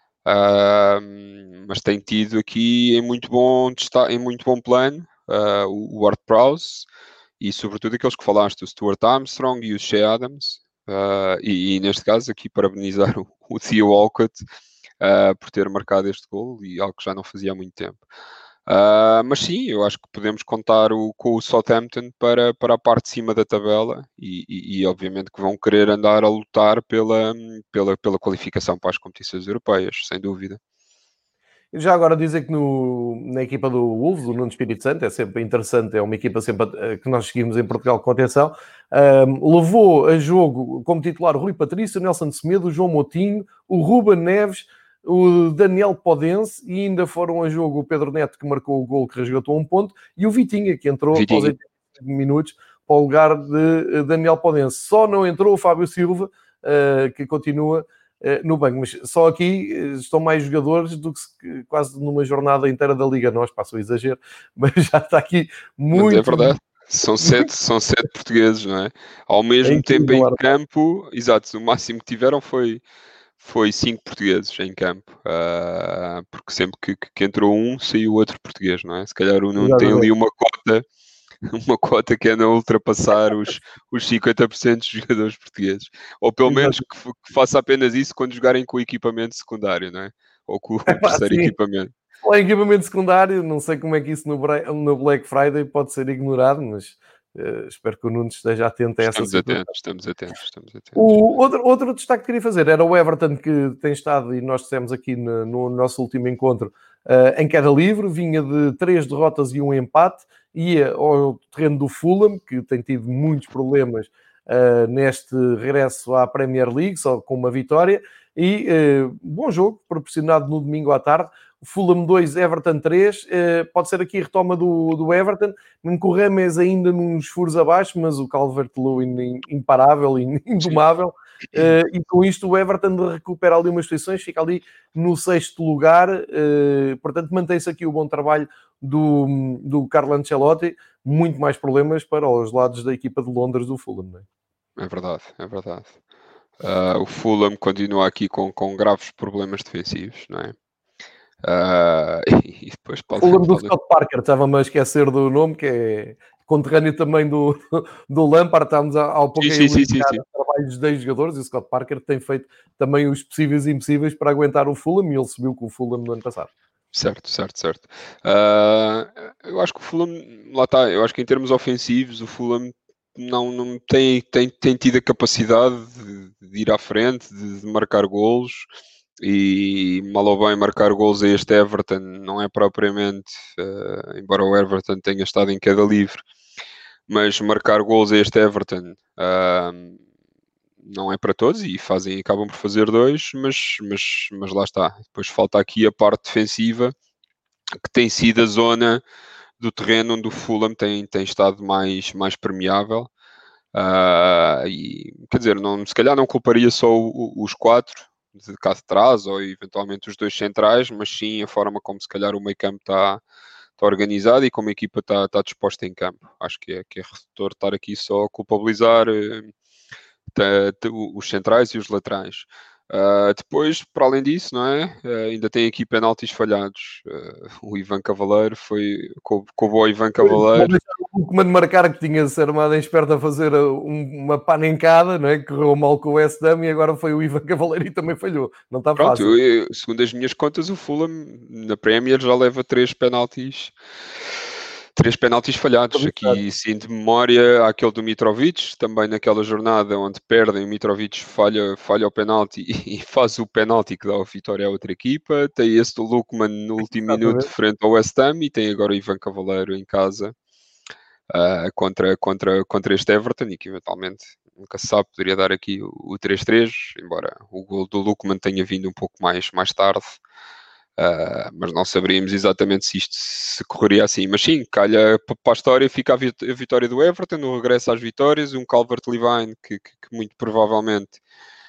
Uh, mas tem tido aqui em muito bom, em muito bom plano uh, o Ward Prowse e sobretudo aqueles que falaste, o Stuart Armstrong e o Shea Adams. Uh, e, e neste caso aqui parabenizar o, o Theo Walcott uh, por ter marcado este gol e algo que já não fazia há muito tempo. Uh, mas sim, eu acho que podemos contar o, com o Southampton para, para a parte de cima da tabela e, e, e obviamente que vão querer andar a lutar pela, pela, pela qualificação para as competições europeias, sem dúvida. Já agora dizer que no, na equipa do Wolves, o Nuno Espírito Santo, é sempre interessante, é uma equipa sempre que nós seguimos em Portugal com atenção, um, levou a jogo como titular o Rui Patrício, o Nelson Semedo, o João Moutinho, o Ruben Neves, o Daniel Podense e ainda foram a jogo o Pedro Neto, que marcou o gol que resgatou um ponto, e o Vitinha, que entrou Vitinha. aos oitenta minutos para o lugar de Daniel Podense. Só não entrou o Fábio Silva, uh, que continua uh, no banco. Mas só aqui uh, estão mais jogadores do que se, quase numa jornada inteira da Liga. Nós, passa o exagero, mas já está aqui muito... Mas é verdade. São sete, são sete portugueses, não é? Ao mesmo é tempo em campo, exato, o máximo que tiveram foi... foi cinco portugueses em campo, uh, porque sempre que, que entrou um, saiu outro português, não é? Se calhar o Nuno tem ali uma cota, uma cota que anda a ultrapassar os, os cinquenta por cento dos jogadores portugueses. Ou pelo menos que, que faça apenas isso quando jogarem com o equipamento secundário, não é? Ou com o é, terceiro sim. equipamento. O equipamento secundário, não sei como é que isso no, no Black Friday pode ser ignorado, mas... Uh, espero que o Nuno esteja atento a essa estamos situação. Atentos, estamos atentos, estamos atentos. O, outro, outro destaque que queria fazer era o Everton, que tem estado, e nós dissemos aqui no, no nosso último encontro, uh, em queda livre, vinha de três derrotas e um empate, ia ao terreno do Fulham, que tem tido muitos problemas uh, neste regresso à Premier League, só com uma vitória, e uh, bom jogo, proporcionado no domingo à tarde. Fulham dois, Everton três, uh, pode ser aqui a retoma do, do Everton, mesmo com o Rames ainda nos furos abaixo, mas o Calvert-Lewin imparável e indomável, uh, e com isto o Everton recupera ali umas posições, fica ali no sexto lugar, uh, portanto mantém-se aqui o bom trabalho do, do Carlo Ancelotti, muito mais problemas para os lados da equipa de Londres do Fulham, não é? É verdade, é verdade. Uh, o Fulham continua aqui com, com graves problemas defensivos, não é? Uh, e depois pode, o nome do Scott Parker, estava-me a esquecer do nome, que é conterrâneo também do, do Lampard. Estamos ao pouco sim, sim, sim, sim. trabalhos de dez jogadores e o Scott Parker tem feito também os possíveis e impossíveis para aguentar o Fulham, e ele subiu com o Fulham no ano passado. Certo, certo, certo. Uh, eu acho que o Fulham, lá está, eu acho que em termos ofensivos, o Fulham não, não tem, tem, tem tido a capacidade de, de ir à frente, de, de marcar golos. E mal ou bem marcar gols a este Everton não é propriamente, uh, embora o Everton tenha estado em queda livre, mas marcar gols a este Everton uh, não é para todos e fazem, acabam por fazer dois, mas, mas, mas lá está. Depois falta aqui a parte defensiva, que tem sido a zona do terreno onde o Fulham tem, tem estado mais, mais permeável. Uh, e, quer dizer, não, se calhar não culparia só o, o, os quatro de cá de trás, ou eventualmente os dois centrais, mas sim a forma como se calhar o meio campo está, está organizado e como a equipa está, está disposta em campo. Acho que é, que é redutor estar aqui só a culpabilizar uh, os centrais e os laterais. Uh, depois, para além disso, não é? Uh, ainda tem aqui penaltis falhados. Uh, o Ivan Cavaleiro foi com, com o bom Ivan Cavaleiro. O comando marcar que tinha-se armado em esperto a fazer um, uma panencada, não é? Que correu mal com o West Ham e agora foi o Ivan Cavaleiro e também falhou. Não está Pronto, fácil. Eu, segundo as minhas contas, o Fulham na Premier já leva três penaltis. Três penaltis falhados. Aqui, sim, de memória, há aquele do Mitrovic, também naquela jornada onde perdem, o Mitrovic falha, falha o penalti e faz o penalti que dá a vitória à outra equipa. Tem esse do Lukman no último minuto frente ao West Ham e tem agora o Ivan Cavaleiro em casa. uh, contra, contra, contra este Everton, e que eventualmente, nunca se sabe, poderia dar aqui o, o três três, embora o gol do Lookman tenha vindo um pouco mais, mais tarde. Uh, mas não saberíamos exatamente se isto se correria assim. Mas sim, calha para a história, fica a, vit- a vitória do Everton, o regresso às vitórias, um Calvert-Lewin que, que, que muito provavelmente,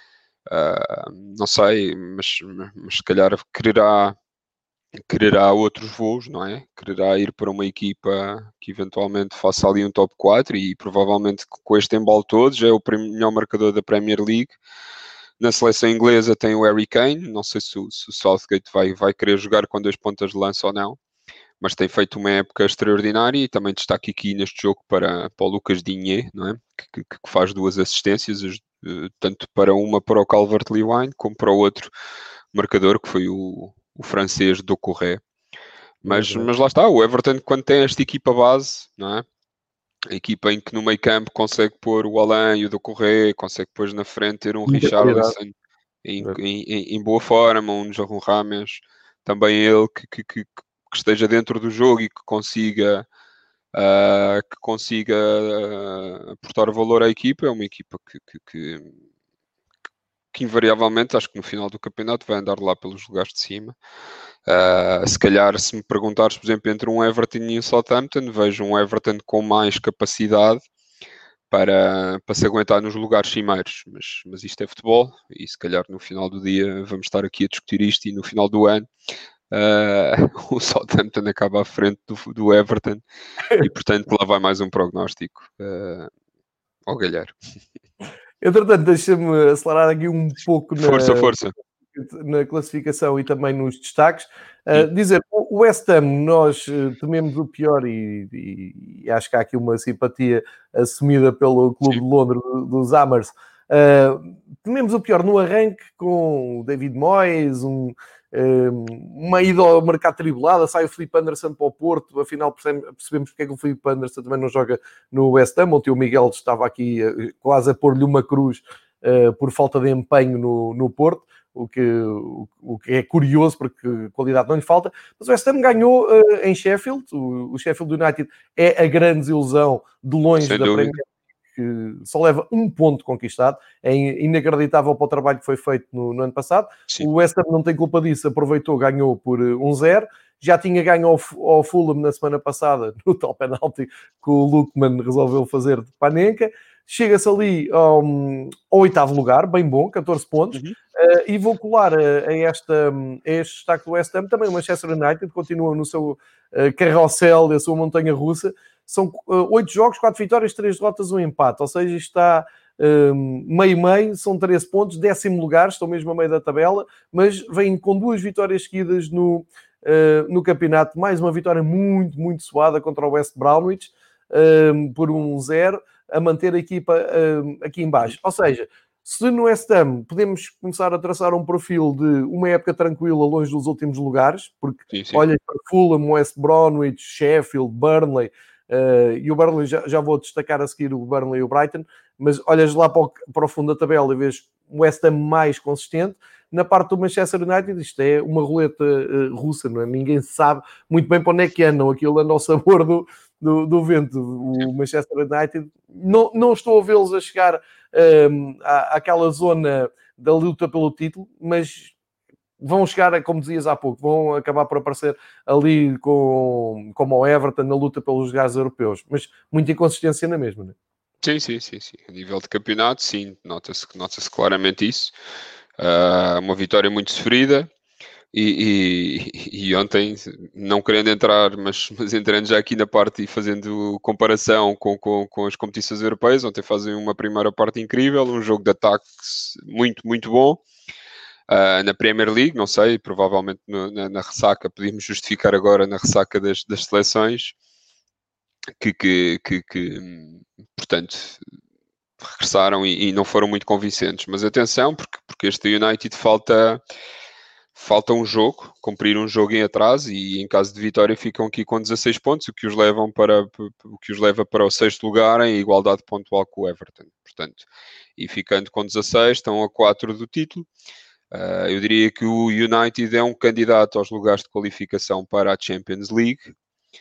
uh, não sei, mas, mas se calhar quererá, quererá outros voos, não é? Quererá ir para uma equipa que eventualmente faça ali um top quatro, e provavelmente com este embalo todo já é o melhor marcador da Premier League. Na seleção inglesa tem o Harry Kane, não sei se o, se o Southgate vai, vai querer jogar com dois pontas de lança ou não, mas tem feito uma época extraordinária, e também destaque aqui neste jogo para, para o Lucas Digne, não é? que, que, que faz duas assistências, tanto para uma para o Calvert-Lewin, como para o outro marcador, que foi o, o francês Doucouré. Mas, mas lá está, o Everton, quando tem esta equipa base, não é? A equipa em que no meio campo consegue pôr o Alain e o Doucouré, consegue depois na frente ter um Richarlison em, em, em boa forma, um João Rames, também ele que, que, que, que esteja dentro do jogo e que consiga, uh, que consiga uh, aportar valor à equipa. É uma equipa que, que, que, que invariavelmente, acho que no final do campeonato vai andar lá pelos lugares de cima. Uh, se calhar, se me perguntares, por exemplo, entre um Everton e um Southampton, vejo um Everton com mais capacidade para, para se aguentar nos lugares cimeiros, mas, mas isto é futebol, e se calhar no final do dia vamos estar aqui a discutir isto, e no final do ano uh, o Southampton acaba à frente do, do Everton, e portanto lá vai mais um prognóstico uh, ao galheiro. Entretanto, deixa-me acelerar aqui um pouco na, força, força. na classificação e também nos destaques. Uh, dizer, o West Ham, nós uh, tememos o pior, e, e, e acho que há aqui uma simpatia assumida pelo Clube Sim. de Londres dos Hammers. Uh, tememos o pior no arranque, com o David Moyes, um, um, uma ida ao mercado tribulada, sai o Filipe Anderson para o Porto, afinal percebemos porque é que o Filipe Anderson também não joga no West Ham. Ontem o Miguel estava aqui uh, quase a pôr-lhe uma cruz uh, por falta de empenho no, no Porto. O que, o, o que é curioso, porque qualidade não lhe falta. Mas o West Ham ganhou uh, em Sheffield. O, o Sheffield United é a grande desilusão de longe Sem da dúvida. Premier, que só leva um ponto conquistado. É inacreditável para o trabalho que foi feito no, no ano passado. Sim. O West Ham não tem culpa disso, aproveitou, ganhou por um zero. Já tinha ganho ao, ao Fulham na semana passada, no tal penalti que o Lookman resolveu fazer de Panenka. Chega-se ali ao, ao oitavo lugar, bem bom, catorze pontos. Uhum. Uh, e vou colar a, a, esta, a este destaque do West Ham também o Manchester United, continua no seu uh, carrossel, a sua montanha russa. São oito uh, jogos, quatro vitórias, três derrotas, um empate. Ou seja, está meio-meio, uh, são treze pontos, décimo lugar, estão mesmo a meio da tabela, mas vêm com duas vitórias seguidas no, uh, no campeonato. Mais uma vitória muito, muito suada contra o West Bromwich, uh, por um zero, a manter a equipa uh, aqui em baixo. Ou seja, se no West Ham podemos começar a traçar um perfil de uma época tranquila, longe dos últimos lugares, porque sim, sim. olha para Fulham, West Bromwich, Sheffield, Burnley, uh, e o Burnley, já, já vou destacar a seguir o Burnley e o Brighton, mas olhas lá para o, para o fundo da tabela e vês o West Ham mais consistente. Na parte do Manchester United, isto é uma roleta uh, russa, não é? Ninguém sabe muito bem para onde é que andam, aquilo anda ao sabor do, do, do vento. O Manchester United, não, não estou a vê-los a chegar um, à, àquela zona da luta pelo título, mas vão chegar, como dizias há pouco, vão acabar por aparecer ali com, como o Everton na luta pelos lugares europeus, mas muita inconsistência na mesma, não é? Sim, sim, sim, sim. A nível de campeonato, sim, nota-se, nota-se claramente isso. Uh, uma vitória muito sofrida. E, e, e ontem, não querendo entrar, mas, mas entrando já aqui na parte e fazendo comparação com, com, com as competições europeias, ontem fazem uma primeira parte incrível, um jogo de ataque muito, muito bom. Uh, na Premier League, não sei, provavelmente no, na, na ressaca, podíamos justificar agora na ressaca das, das seleções, que, que, que, que portanto, regressaram e, e não foram muito convincentes. Mas atenção, porque, porque este United falta... Falta um jogo, cumprir um jogo em atraso, e em caso de vitória ficam aqui com dezasseis pontos, o que os, levam para, o que os leva para o sexto lugar em igualdade pontual com o Everton. Portanto, e ficando com dezasseis, estão a quatro do título. Uh, eu diria que o United é um candidato aos lugares de qualificação para a Champions League,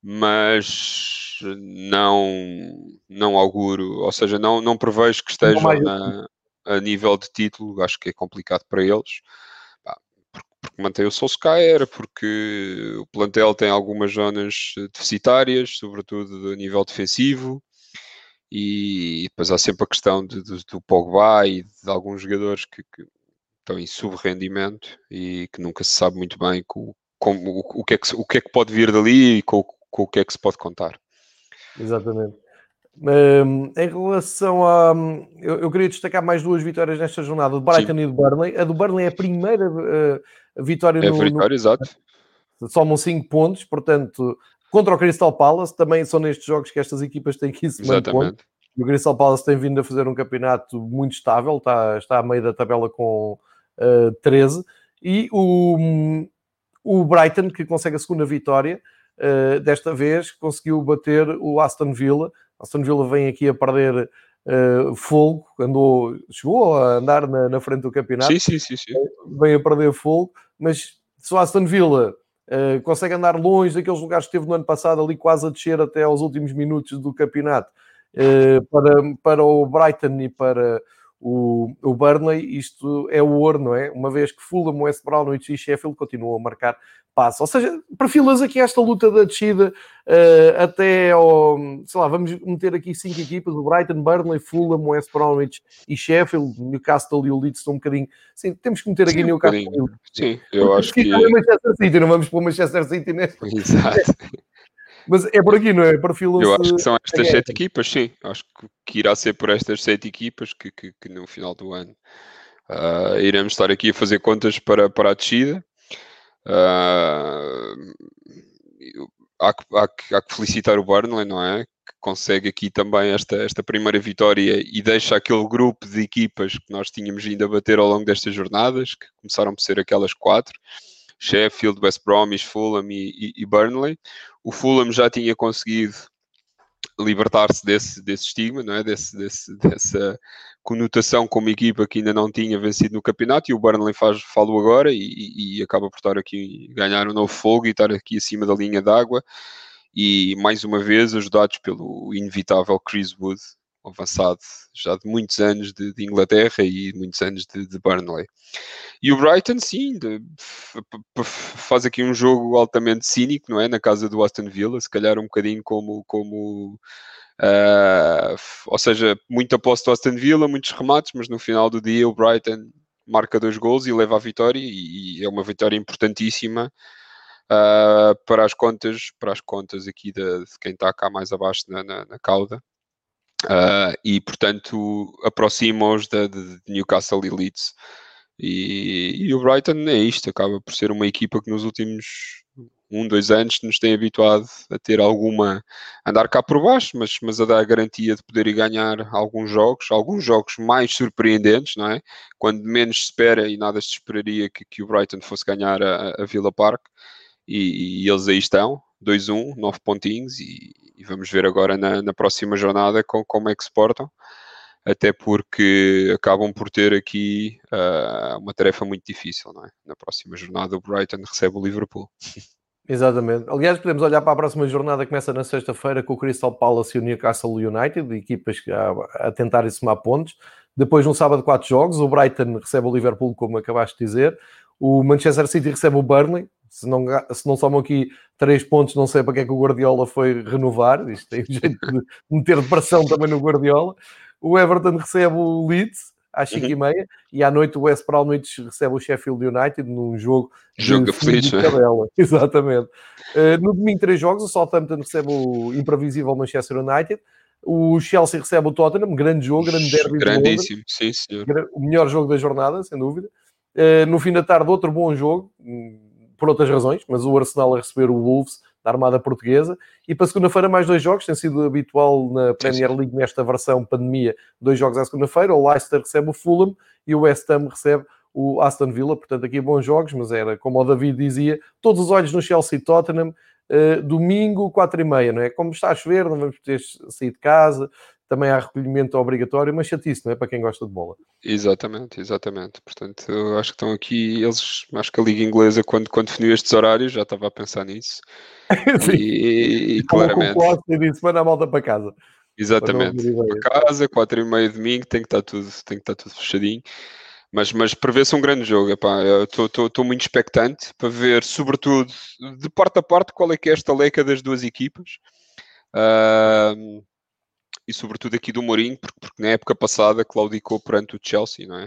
mas não, não auguro, ou seja, não, não prevejo que estejam na, a nível de título. Acho que é complicado para eles, pá, porque, porque mantém o Solskjaer, porque o plantel tem algumas zonas deficitárias, sobretudo a nível defensivo, e depois há sempre a questão de, de, do Pogba e de alguns jogadores que, que estão em sub-rendimento e que nunca se sabe muito bem com, com, o, o, que é que, o que é que pode vir dali e com, com o que é que se pode contar. Exatamente. Um, em relação a... Eu, eu queria destacar mais duas vitórias nesta jornada, do Brighton Sim. e do Burnley. A do Burnley é a primeira uh, vitória é no... É vitória, no... exato. Somam cinco pontos, portanto, contra o Crystal Palace. Também são nestes jogos que estas equipas têm que ir somando pontos. O Crystal Palace tem vindo a fazer um campeonato muito estável, está, está a meio da tabela com uh, treze. E o, o Brighton, que consegue a segunda vitória, uh, desta vez conseguiu bater o Aston Villa. Aston Villa vem aqui a perder uh, fogo, andou, chegou a andar na, na frente do campeonato. Sim, sim, sim, sim. Vem a perder fogo, mas se o Aston Villa uh, consegue andar longe daqueles lugares que esteve no ano passado, ali quase a descer até aos últimos minutos do campeonato, uh, para, para o Brighton e para o, o Burnley, isto é o ouro, não é? Uma vez que Fulham, West Bromwich e Sheffield continuam a marcar passo. Ou seja, perfilas aqui esta luta da descida uh, até ao... Sei lá, vamos meter aqui cinco equipas, o Brighton, Burnley, Fulham, West Bromwich e Sheffield, Newcastle e o Leeds estão um bocadinho... Sim, temos que meter aqui Sim, Newcastle um e o Leeds. Sim, eu Porque acho que... É Manchester City, não vamos pôr Manchester City neste... Exato. Mas é por aqui, não é? Perfilam-se... Eu acho que são estas sete equipas, sim. Acho que, que irá ser por estas sete equipas que, que, que no final do ano uh, iremos estar aqui a fazer contas para, para a descida. Uh, há, que, há, que, há que felicitar o Burnley, não é? Que consegue aqui também esta, esta primeira vitória e deixa aquele grupo de equipas que nós tínhamos ainda a bater ao longo destas jornadas, que começaram por ser aquelas quatro: Sheffield, West Bromwich, Fulham e, e, e Burnley. O Fulham já tinha conseguido libertar-se desse, desse estigma, não é? Desse, desse, dessa conotação como equipa que ainda não tinha vencido no campeonato, e o Burnley faz, falo agora e, e, e acaba por estar aqui, ganhar um novo fogo e estar aqui acima da linha d'água, e mais uma vez ajudados pelo inevitável Chris Wood, avançado já de muitos anos de, de Inglaterra e muitos anos de, de Burnley. E o Brighton, sim, de, faz aqui um jogo altamente cínico, não é? Na casa do Aston Villa, se calhar um bocadinho como... como uh, ou seja, muito aposto do Aston Villa, muitos remates, mas no final do dia o Brighton marca dois gols e leva a vitória, e, e é uma vitória importantíssima uh, para as contas, para as contas aqui de, de quem está cá mais abaixo na, na, na cauda. Uh, e portanto aproxima-os de, de Newcastle e Leeds, e, e o Brighton é isto, acaba por ser uma equipa que nos últimos um, dois anos nos tem habituado a ter alguma, a andar cá por baixo, mas, mas a dar a garantia de poder ir ganhar alguns jogos, alguns jogos mais surpreendentes, não é? Quando menos se espera, e nada se esperaria que, que o Brighton fosse ganhar a, a Villa Park, e, e eles aí estão, dois a um, nove pontinhos, e, e vamos ver agora na, na próxima jornada com, como é que se portam, até porque acabam por ter aqui uh, uma tarefa muito difícil, não é? Na próxima jornada o Brighton recebe o Liverpool. Exatamente. Aliás, podemos olhar para a próxima jornada, que começa na sexta-feira com o Crystal Palace e o Newcastle United, equipas a, a tentarem somar pontos. Depois, no sábado, quatro jogos. O Brighton recebe o Liverpool, como acabaste de dizer. O Manchester City recebe o Burnley. Se não, se não somam aqui três pontos, não sei para que é que o Guardiola foi renovar. Isto tem o jeito de meter pressão também no Guardiola. O Everton recebe o Leeds às cinco e meia, uhum. E à noite o West Bromwich recebe o Sheffield United num jogo de jogo aflitos, de tabela. É? Exatamente. Uh, no domingo, três jogos. O Southampton recebe o imprevisível Manchester United. O Chelsea recebe o Tottenham. Grande jogo, grande derby. Grandíssimo, sim, senhor. O melhor jogo da jornada, sem dúvida. Uh, no fim da tarde, outro bom jogo, por outras razões, mas o Arsenal a receber o Wolves da Armada Portuguesa. E para segunda-feira mais dois jogos, tem sido habitual na Premier League nesta versão pandemia, dois jogos à segunda-feira. O Leicester recebe o Fulham e o West Ham recebe o Aston Villa. Portanto, aqui bons jogos, mas era, como o David dizia, todos os olhos no Chelsea Tottenham, uh, domingo, quatro e meia, não é? Como está a chover, não vamos poder sair de casa, também há recolhimento obrigatório, mas chatice, não é? Para quem gosta de bola. Exatamente, exatamente. Portanto, eu acho que estão aqui, eles, acho que a Liga Inglesa, quando, quando definiu estes horários, já estava a pensar nisso. E, e, e claramente. Com o e disse, manda a malta para casa. Exatamente. Para, para casa, quatro e meia domingo, tem que estar tudo, tem que estar tudo fechadinho. Mas, mas prevê-se um grande jogo. Epá, eu estou muito expectante para ver, sobretudo, de parte a parte, qual é que é esta leca das duas equipas. Uh, e sobretudo aqui do Mourinho, porque, porque na época passada claudicou perante o Chelsea, não é?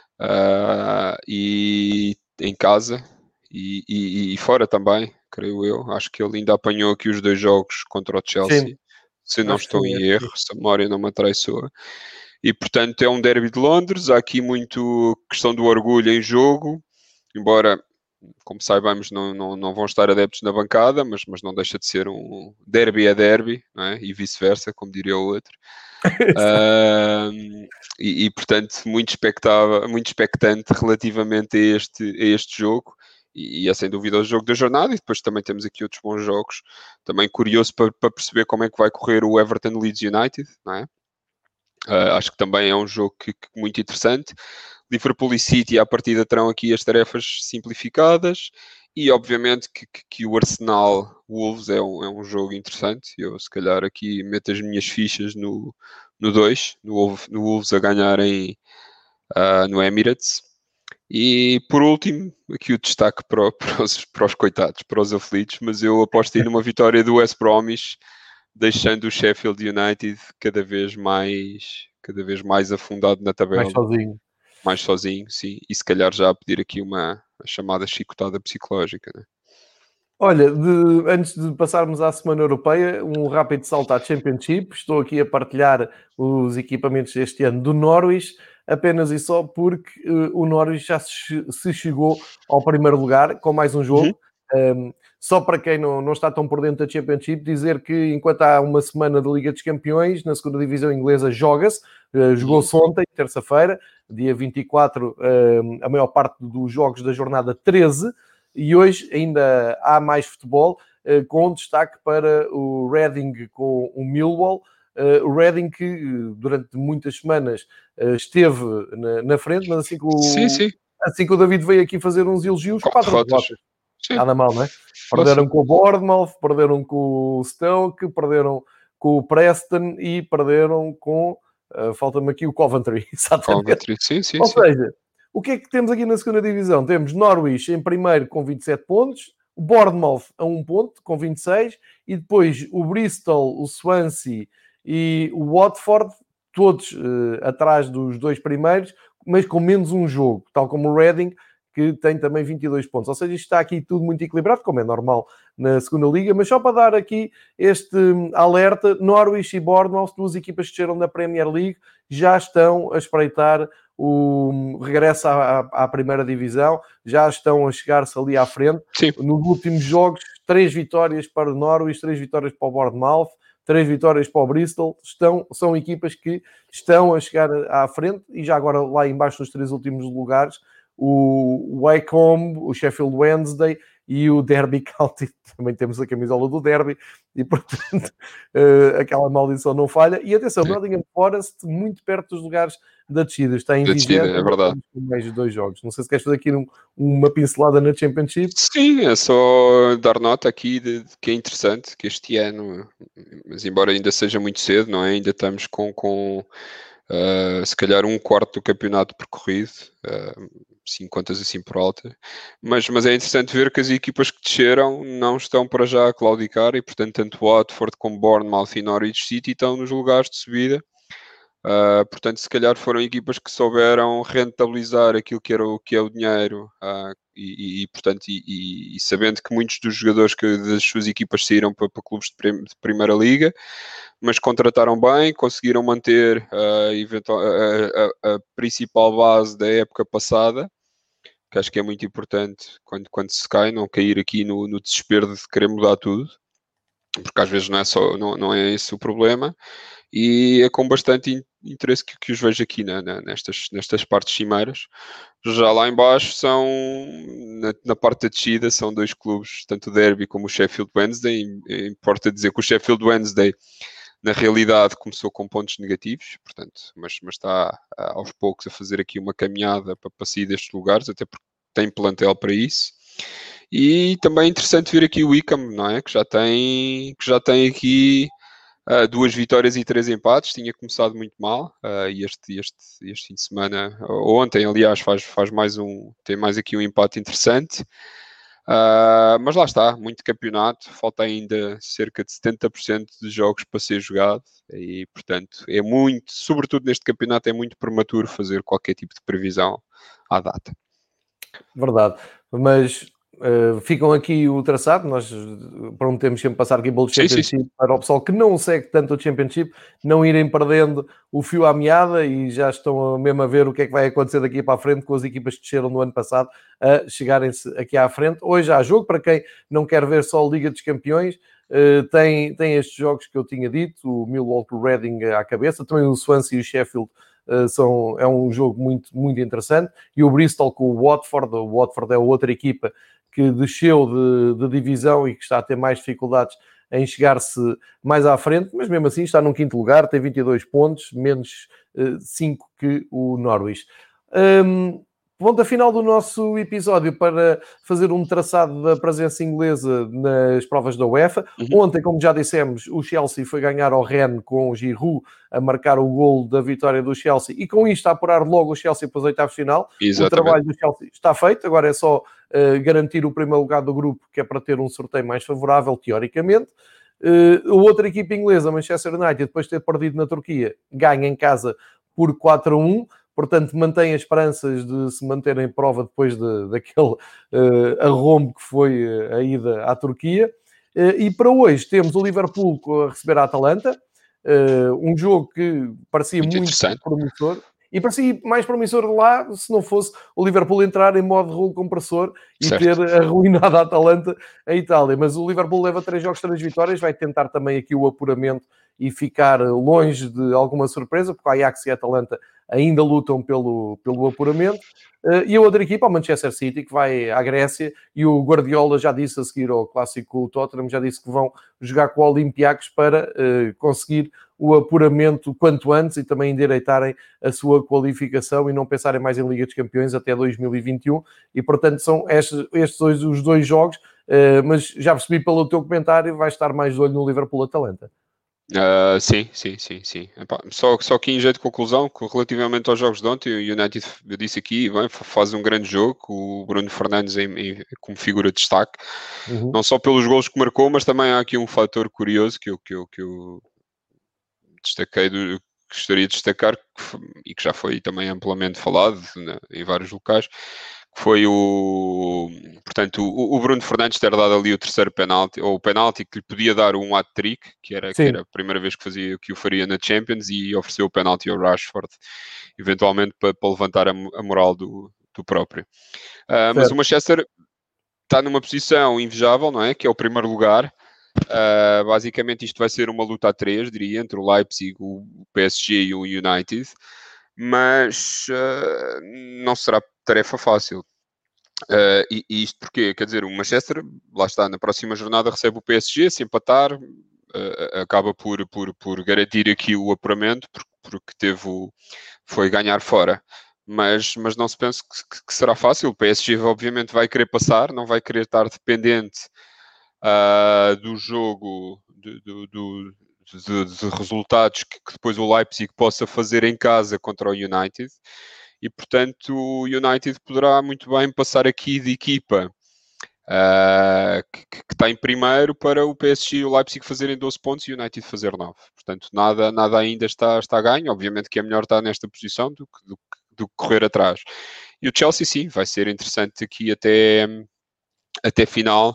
Uh, e em casa e, e, e fora também, creio eu. Acho que ele ainda apanhou aqui os dois jogos contra o Chelsea. Sim. Se não estou em erro, se a memória não me atraiçoa. E, portanto, é um derby de Londres. Há aqui muito questão do orgulho em jogo, embora, como saibamos, não, não, não vão estar adeptos na bancada, mas, mas não deixa de ser um derby a derby, não é? E vice-versa, como diria o outro. uh, e, e, portanto, muito, muito expectante relativamente a este, a este jogo. E, e é sem dúvida o jogo da jornada. E depois também temos aqui outros bons jogos. Também curioso para, para perceber como é que vai correr o Everton Leeds United, não é? Uh, acho que também é um jogo que, que muito interessante. Liverpool e City à partida terão aqui as tarefas simplificadas e obviamente que, que, que o Arsenal Wolves é um, é um jogo interessante. Eu se calhar aqui meto as minhas fichas no dois, no, no, no Wolves a ganharem uh, no Emirates. E por último, aqui o destaque para, para, os, para os coitados, para os aflitos, mas eu aposto aí numa vitória do West Bromwich, deixando o Sheffield United cada vez mais, cada vez mais afundado na tabela. Mais sozinho. Mais sozinho, sim. E se calhar já a pedir aqui uma chamada chicotada psicológica, né? Olha, de, antes de passarmos à Semana Europeia, um rápido salto à Championship. Estou aqui a partilhar os equipamentos deste ano do Norwich, apenas e só porque uh, o Norwich já se, se chegou ao primeiro lugar com mais um jogo. Uhum. Um, só para quem não, não está tão por dentro da Championship, dizer que enquanto há uma semana de Liga dos Campeões, na segunda divisão inglesa joga-se, uh, jogou-se ontem, terça-feira, dia vinte e quatro, uh, a maior parte dos jogos da jornada treze, e hoje ainda há mais futebol, uh, com destaque para o Reading com o Millwall. Uh, o Reading que uh, durante muitas semanas uh, esteve na, na frente, mas assim que, o, sim, sim. assim que o David veio aqui fazer uns elogios, com quatro derrotas. Nada mal, não é? Perderam com o Bournemouth, perderam com o Stoke, perderam com o Preston e perderam com, uh, falta-me aqui, o Coventry. Coventry, sim, sim. Ou sim. seja, o que é que temos aqui na segunda divisão? Temos Norwich em primeiro com vinte e sete pontos, o Bournemouth a um ponto com vinte e seis, e depois o Bristol, o Swansea e o Watford, todos uh, atrás dos dois primeiros, mas com menos um jogo, tal como o Reading, que tem também vinte e dois pontos. Ou seja, isto está aqui tudo muito equilibrado, como é normal na segunda liga, mas só para dar aqui este alerta, Norwich e Bournemouth, duas equipas que desceram da Premier League, já estão a espreitar o regresso à, à primeira divisão, já estão a chegar-se ali à frente. Sim. Nos últimos jogos, três vitórias para o Norwich, três vitórias para o Bournemouth, três vitórias para o Bristol, estão, são equipas que estão a chegar à frente, e já agora lá embaixo nos três últimos lugares, o Wycombe, o Sheffield Wednesday e o Derby County. Também temos a camisola do Derby e, portanto, uh, aquela maldição não falha. E atenção, Sim. Nottingham Forest muito perto dos lugares da descida. Está em vigésimo, é verdade. Com mais de dois jogos. Não sei se queres fazer aqui um, uma pincelada na Championship. Sim, é só dar nota aqui de, de que é interessante que este ano, mas embora ainda seja muito cedo, não é? Ainda estamos com... com... Uh, se calhar um quarto do campeonato percorrido, uh, sim, contas assim por alta, mas, mas é interessante ver que as equipas que desceram não estão para já a claudicar e, portanto, tanto Watford como Bournemouth e Norwich City estão nos lugares de subida. Uh, portanto, se calhar foram equipas que souberam rentabilizar aquilo que, era o, que é o dinheiro uh, e, e, portanto, e, e, e sabendo que muitos dos jogadores que das suas equipas saíram para, para clubes de, prim, de Primeira Liga, mas contrataram bem, conseguiram manter uh, eventual, a, a, a principal base da época passada, que acho que é muito importante quando, quando se cai, não cair aqui no, no desespero de querer mudar tudo, porque às vezes não é, só, não, não é esse o problema, e é com bastante interesse que, que os vejo aqui na, na, nestas, nestas partes cimeiras. Já lá em baixo são, na, na parte da descida, são dois clubes, tanto o Derby como o Sheffield Wednesday. Importa dizer que o Sheffield Wednesday na realidade começou com pontos negativos, portanto, mas, mas está aos poucos a fazer aqui uma caminhada para, para sair destes lugares, até porque tem plantel para isso. E também é interessante ver aqui o Wycombe, não é? Que já tem, que já tem aqui uh, duas vitórias e três empates. Tinha começado muito mal uh, e este, este, este fim de semana, ontem, aliás, faz, faz mais um, tem mais aqui um empate interessante. Uh, mas lá está, muito campeonato, falta ainda cerca de setenta por cento de jogos para ser jogado e, portanto, é muito, sobretudo neste campeonato, é muito prematuro fazer qualquer tipo de previsão à data. Verdade, mas uh, ficam aqui o traçado, nós prometemos sempre passar aqui pelo Championship, sim, sim. Para o pessoal que não segue tanto o Championship, não irem perdendo o fio à meada e já estão mesmo a ver o que é que vai acontecer daqui para a frente com as equipas que desceram no ano passado a chegarem-se aqui à frente. Hoje há jogo, para quem não quer ver só a Liga dos Campeões, uh, tem, tem estes jogos que eu tinha dito, o Millwall com o Reading à cabeça, também o Swansea e o Sheffield. Uh, são, é um jogo muito, muito interessante, e o Bristol com o Watford. O Watford é outra equipa que desceu de, de divisão e que está a ter mais dificuldades em chegar-se mais à frente, mas mesmo assim está num quinto lugar, tem vinte e dois pontos, menos uh, cinco que o Norwich. Um, Ponto final do nosso episódio para fazer um traçado da presença inglesa nas provas da UEFA. Uhum. Ontem, como já dissemos, o Chelsea foi ganhar ao Rennes com o Giroud a marcar o golo da vitória do Chelsea e com isto a apurar logo o Chelsea para os oitavos de final. Exatamente. O trabalho do Chelsea está feito, agora é só uh, garantir o primeiro lugar do grupo, que é para ter um sorteio mais favorável, teoricamente. Uh, a outra equipa inglesa, Manchester United, depois de ter perdido na Turquia, ganha em casa por quatro a um. Portanto, mantém as esperanças de se manter em prova depois de, daquele uh, arrombo que foi a ida à Turquia. Uh, e para hoje temos o Liverpool a receber a Atalanta, uh, um jogo que parecia muito, muito promissor. E parecia mais promissor lá se não fosse o Liverpool entrar em modo rolo compressor e certo. Ter arruinado a Atalanta a Itália. Mas o Liverpool leva três jogos, três vitórias, vai tentar também aqui o apuramento e ficar longe de alguma surpresa, porque a Ajax e a Atalanta ainda lutam pelo, pelo apuramento. Uh, e a outra equipa, o Manchester City, que vai à Grécia, e o Guardiola já disse a seguir ao clássico Tottenham, já disse que vão jogar com o Olympiacos para uh, conseguir o apuramento quanto antes e também endireitarem a sua qualificação e não pensarem mais em Liga dos Campeões até dois mil e vinte e um. E, portanto, são estes, estes dois, os dois jogos, uh, mas já percebi pelo teu comentário, vai estar mais de olho no Liverpool-Atalanta. Uh, sim, sim, sim, sim. Epá, só, só aqui em jeito de conclusão, que relativamente aos jogos de ontem, o United, eu disse aqui, bem, faz um grande jogo, o Bruno Fernandes em, em, como figura de destaque, uhum. Não só pelos golos que marcou, mas também há aqui um fator curioso que eu, que eu, que eu destaquei, do, que gostaria de destacar, que foi, e que já foi também amplamente falado, né, em vários locais, que foi o, portanto, o, o Bruno Fernandes ter dado ali o terceiro penalti, ou o penalti que lhe podia dar um hat-trick, que era, que era a primeira vez que, fazia, que o faria na Champions, e ofereceu o penalti ao Rashford, eventualmente para, para levantar a, a moral do, do próprio. Uh, mas o Manchester está numa posição invejável, não é? Que é o primeiro lugar. Uh, basicamente isto vai ser uma luta a três, diria, entre o Leipzig, o P S G e o United, mas uh, não será tarefa fácil. Uh, e, e isto porquê? Quer dizer, o Manchester, lá está, na próxima jornada recebe o P S G, se empatar, uh, acaba por, por, por garantir aqui o apuramento, porque, porque teve o, foi ganhar fora. Mas, mas não se pensa que, que será fácil. O P S G obviamente vai querer passar, não vai querer estar dependente uh, do jogo, de, de, de, de, de resultados que, que depois o Leipzig possa fazer em casa contra o United. E, portanto, o United poderá muito bem passar aqui de equipa uh, que, que está em primeiro para o P S G e o Leipzig fazerem doze pontos e o United fazer nove. Portanto, nada, nada ainda está, está a ganho. Obviamente que é melhor estar nesta posição do que, do, do que correr atrás. E o Chelsea, sim, vai ser interessante aqui até, até final.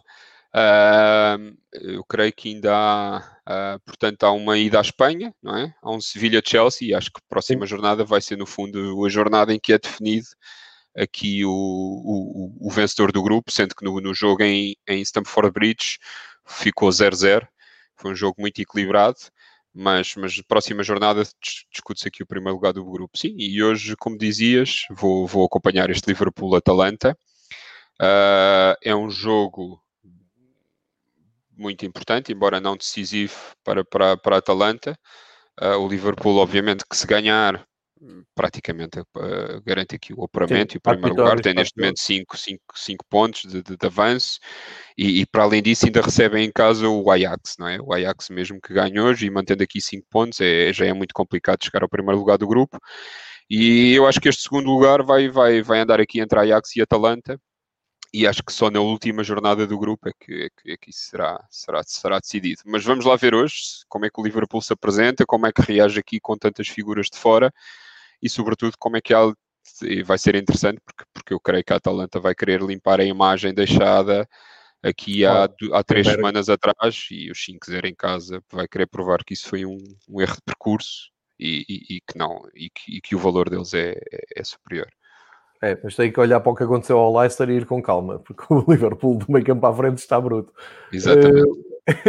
Uh, eu creio que ainda há, uh, portanto, há uma ida à Espanha, não é? Há um Sevilha-Chelsea e acho que a próxima Sim. jornada vai ser, no fundo, a jornada em que é definido aqui o, o, o vencedor do grupo, sendo que no, no jogo em, em Stamford Bridge ficou zero zero. Foi um jogo muito equilibrado, mas, mas na próxima jornada discute-se aqui o primeiro lugar do grupo. Sim, e hoje, como dizias, vou, vou acompanhar este Liverpool-Atalanta. Uh, é um jogo muito importante, embora não decisivo para, para, para a Atalanta. Uh, o Liverpool, obviamente, que se ganhar, praticamente uh, garante aqui o apuramento. Sim, e o primeiro lugar tem neste momento cinco pontos de, de, de avanço, e, e para além disso ainda recebem em casa o Ajax, não é? O Ajax mesmo que ganha hoje, e mantendo aqui cinco pontos, é, já é muito complicado chegar ao primeiro lugar do grupo, e eu acho que este segundo lugar vai, vai, vai andar aqui entre Ajax e Atalanta, e acho que só na última jornada do grupo é que, é que, é que isso será, será, será decidido. Mas vamos lá ver hoje como é que o Liverpool se apresenta, como é que reage aqui com tantas figuras de fora, e sobretudo como é que há, vai ser interessante, porque, porque eu creio que a Atalanta vai querer limpar a imagem deixada aqui há, há três semanas atrás, e os cinco zero em casa vai querer provar que isso foi um, um erro de percurso, e, e, e que não, e que, e que o valor deles é, é, é superior. É, mas tem que olhar para o que aconteceu ao Leicester e ir com calma, porque o Liverpool do meio campo à frente está bruto. Exatamente. Uh,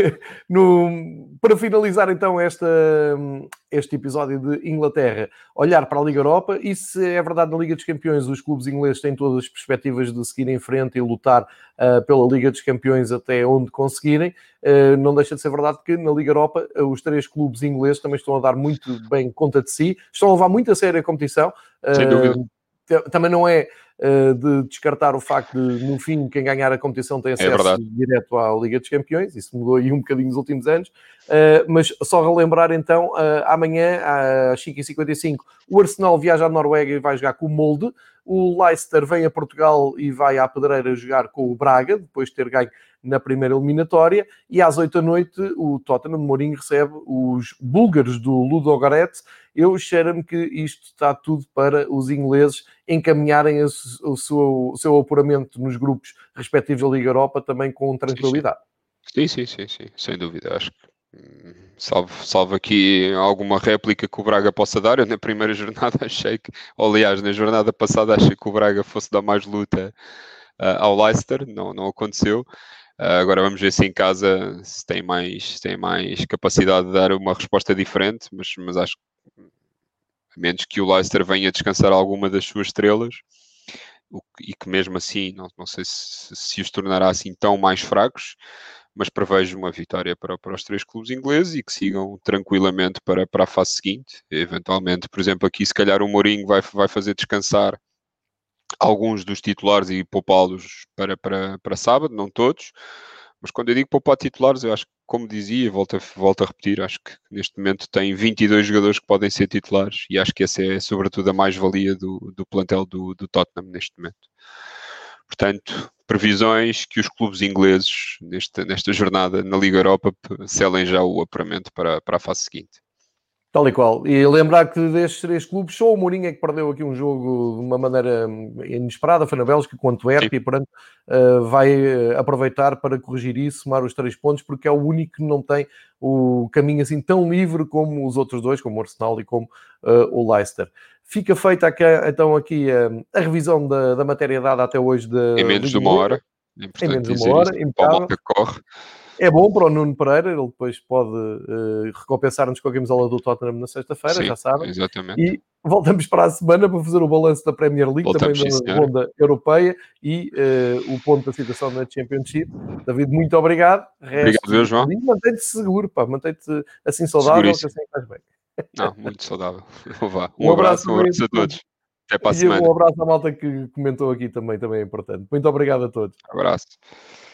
no, para finalizar então esta, este episódio de Inglaterra, olhar para a Liga Europa, e se é verdade na Liga dos Campeões os clubes ingleses têm todas as perspectivas de seguir em frente e lutar uh, pela Liga dos Campeões até onde conseguirem, uh, não deixa de ser verdade que na Liga Europa uh, os três clubes ingleses também estão a dar muito bem conta de si, estão a levar muito a sério a competição. Sem dúvida. Uh, Também não é uh, de descartar o facto de, no fim, quem ganhar a competição tem acesso é direto à Liga dos Campeões. Isso mudou aí um bocadinho nos últimos anos. Uh, mas só relembrar, então, uh, amanhã, às cinco e cinquenta e cinco, o Arsenal viaja à Noruega e vai jogar com o Molde. O Leicester vem a Portugal e vai à Pedreira jogar com o Braga, depois de ter ganho na primeira eliminatória. E às oito da noite, o Tottenham de Mourinho recebe os búlgaros do Ludogorets. Eu cheiro-me que isto está tudo para os ingleses encaminharem o seu, o seu apuramento nos grupos respectivos da Liga Europa também com tranquilidade. Sim, sim, sim, sim, sem dúvida. Acho que salvo, salvo aqui alguma réplica que o Braga possa dar. Eu na primeira jornada achei que, ou, aliás, na jornada passada achei que o Braga fosse dar mais luta uh, ao Leicester, não, não aconteceu. Uh, agora vamos ver se em casa se tem mais, se tem mais capacidade de dar uma resposta diferente, mas, mas acho que a menos que o Leicester venha descansar alguma das suas estrelas, o que, e que mesmo assim, não, não sei se, se os tornará assim tão mais fracos, mas prevejo uma vitória para, para os três clubes ingleses e que sigam tranquilamente para, para a fase seguinte. Eventualmente, por exemplo, aqui se calhar o Mourinho vai, vai fazer descansar alguns dos titulares e poupá-los para, para, para sábado, não todos. Mas quando eu digo poupar titulares, eu acho que, como dizia, volto a, volto a repetir, acho que neste momento tem vinte e dois jogadores que podem ser titulares, e acho que essa é sobretudo a mais-valia do, do plantel do, do Tottenham neste momento. Portanto, previsões que os clubes ingleses nesta, nesta jornada na Liga Europa selem já o apuramento para, para a fase seguinte. Tal e qual. E lembrar que destes três clubes, só o Mourinho é que perdeu aqui um jogo de uma maneira inesperada, foi na Bélgica, com o Antwerp, e portanto uh, vai aproveitar para corrigir isso, somar os três pontos, porque é o único que não tem o caminho assim tão livre como os outros dois, como o Arsenal e como uh, o Leicester. Fica feita aqui, então aqui uh, a revisão da, da matéria dada até hoje. De, em menos de uma hora. É em menos de uma hora. Isso, corre. É bom para o Nuno Pereira, ele depois pode uh, recompensar-nos com a camisola do Tottenham na sexta-feira, já sabem. Exatamente. E voltamos para a semana para fazer o balanço da Premier League, voltamos, também da ronda europeia e uh, o ponto da situação na Championship. David, muito obrigado. Resto, obrigado, João. Mantém-te seguro, pá, mantém-te assim saudável, que assim faz bem. Não, muito saudável. Vá. Um, um abraço, abraço, um abraço a todos. Até para a semana. Um abraço à malta que comentou aqui também, também é importante. Muito obrigado a todos. Um abraço.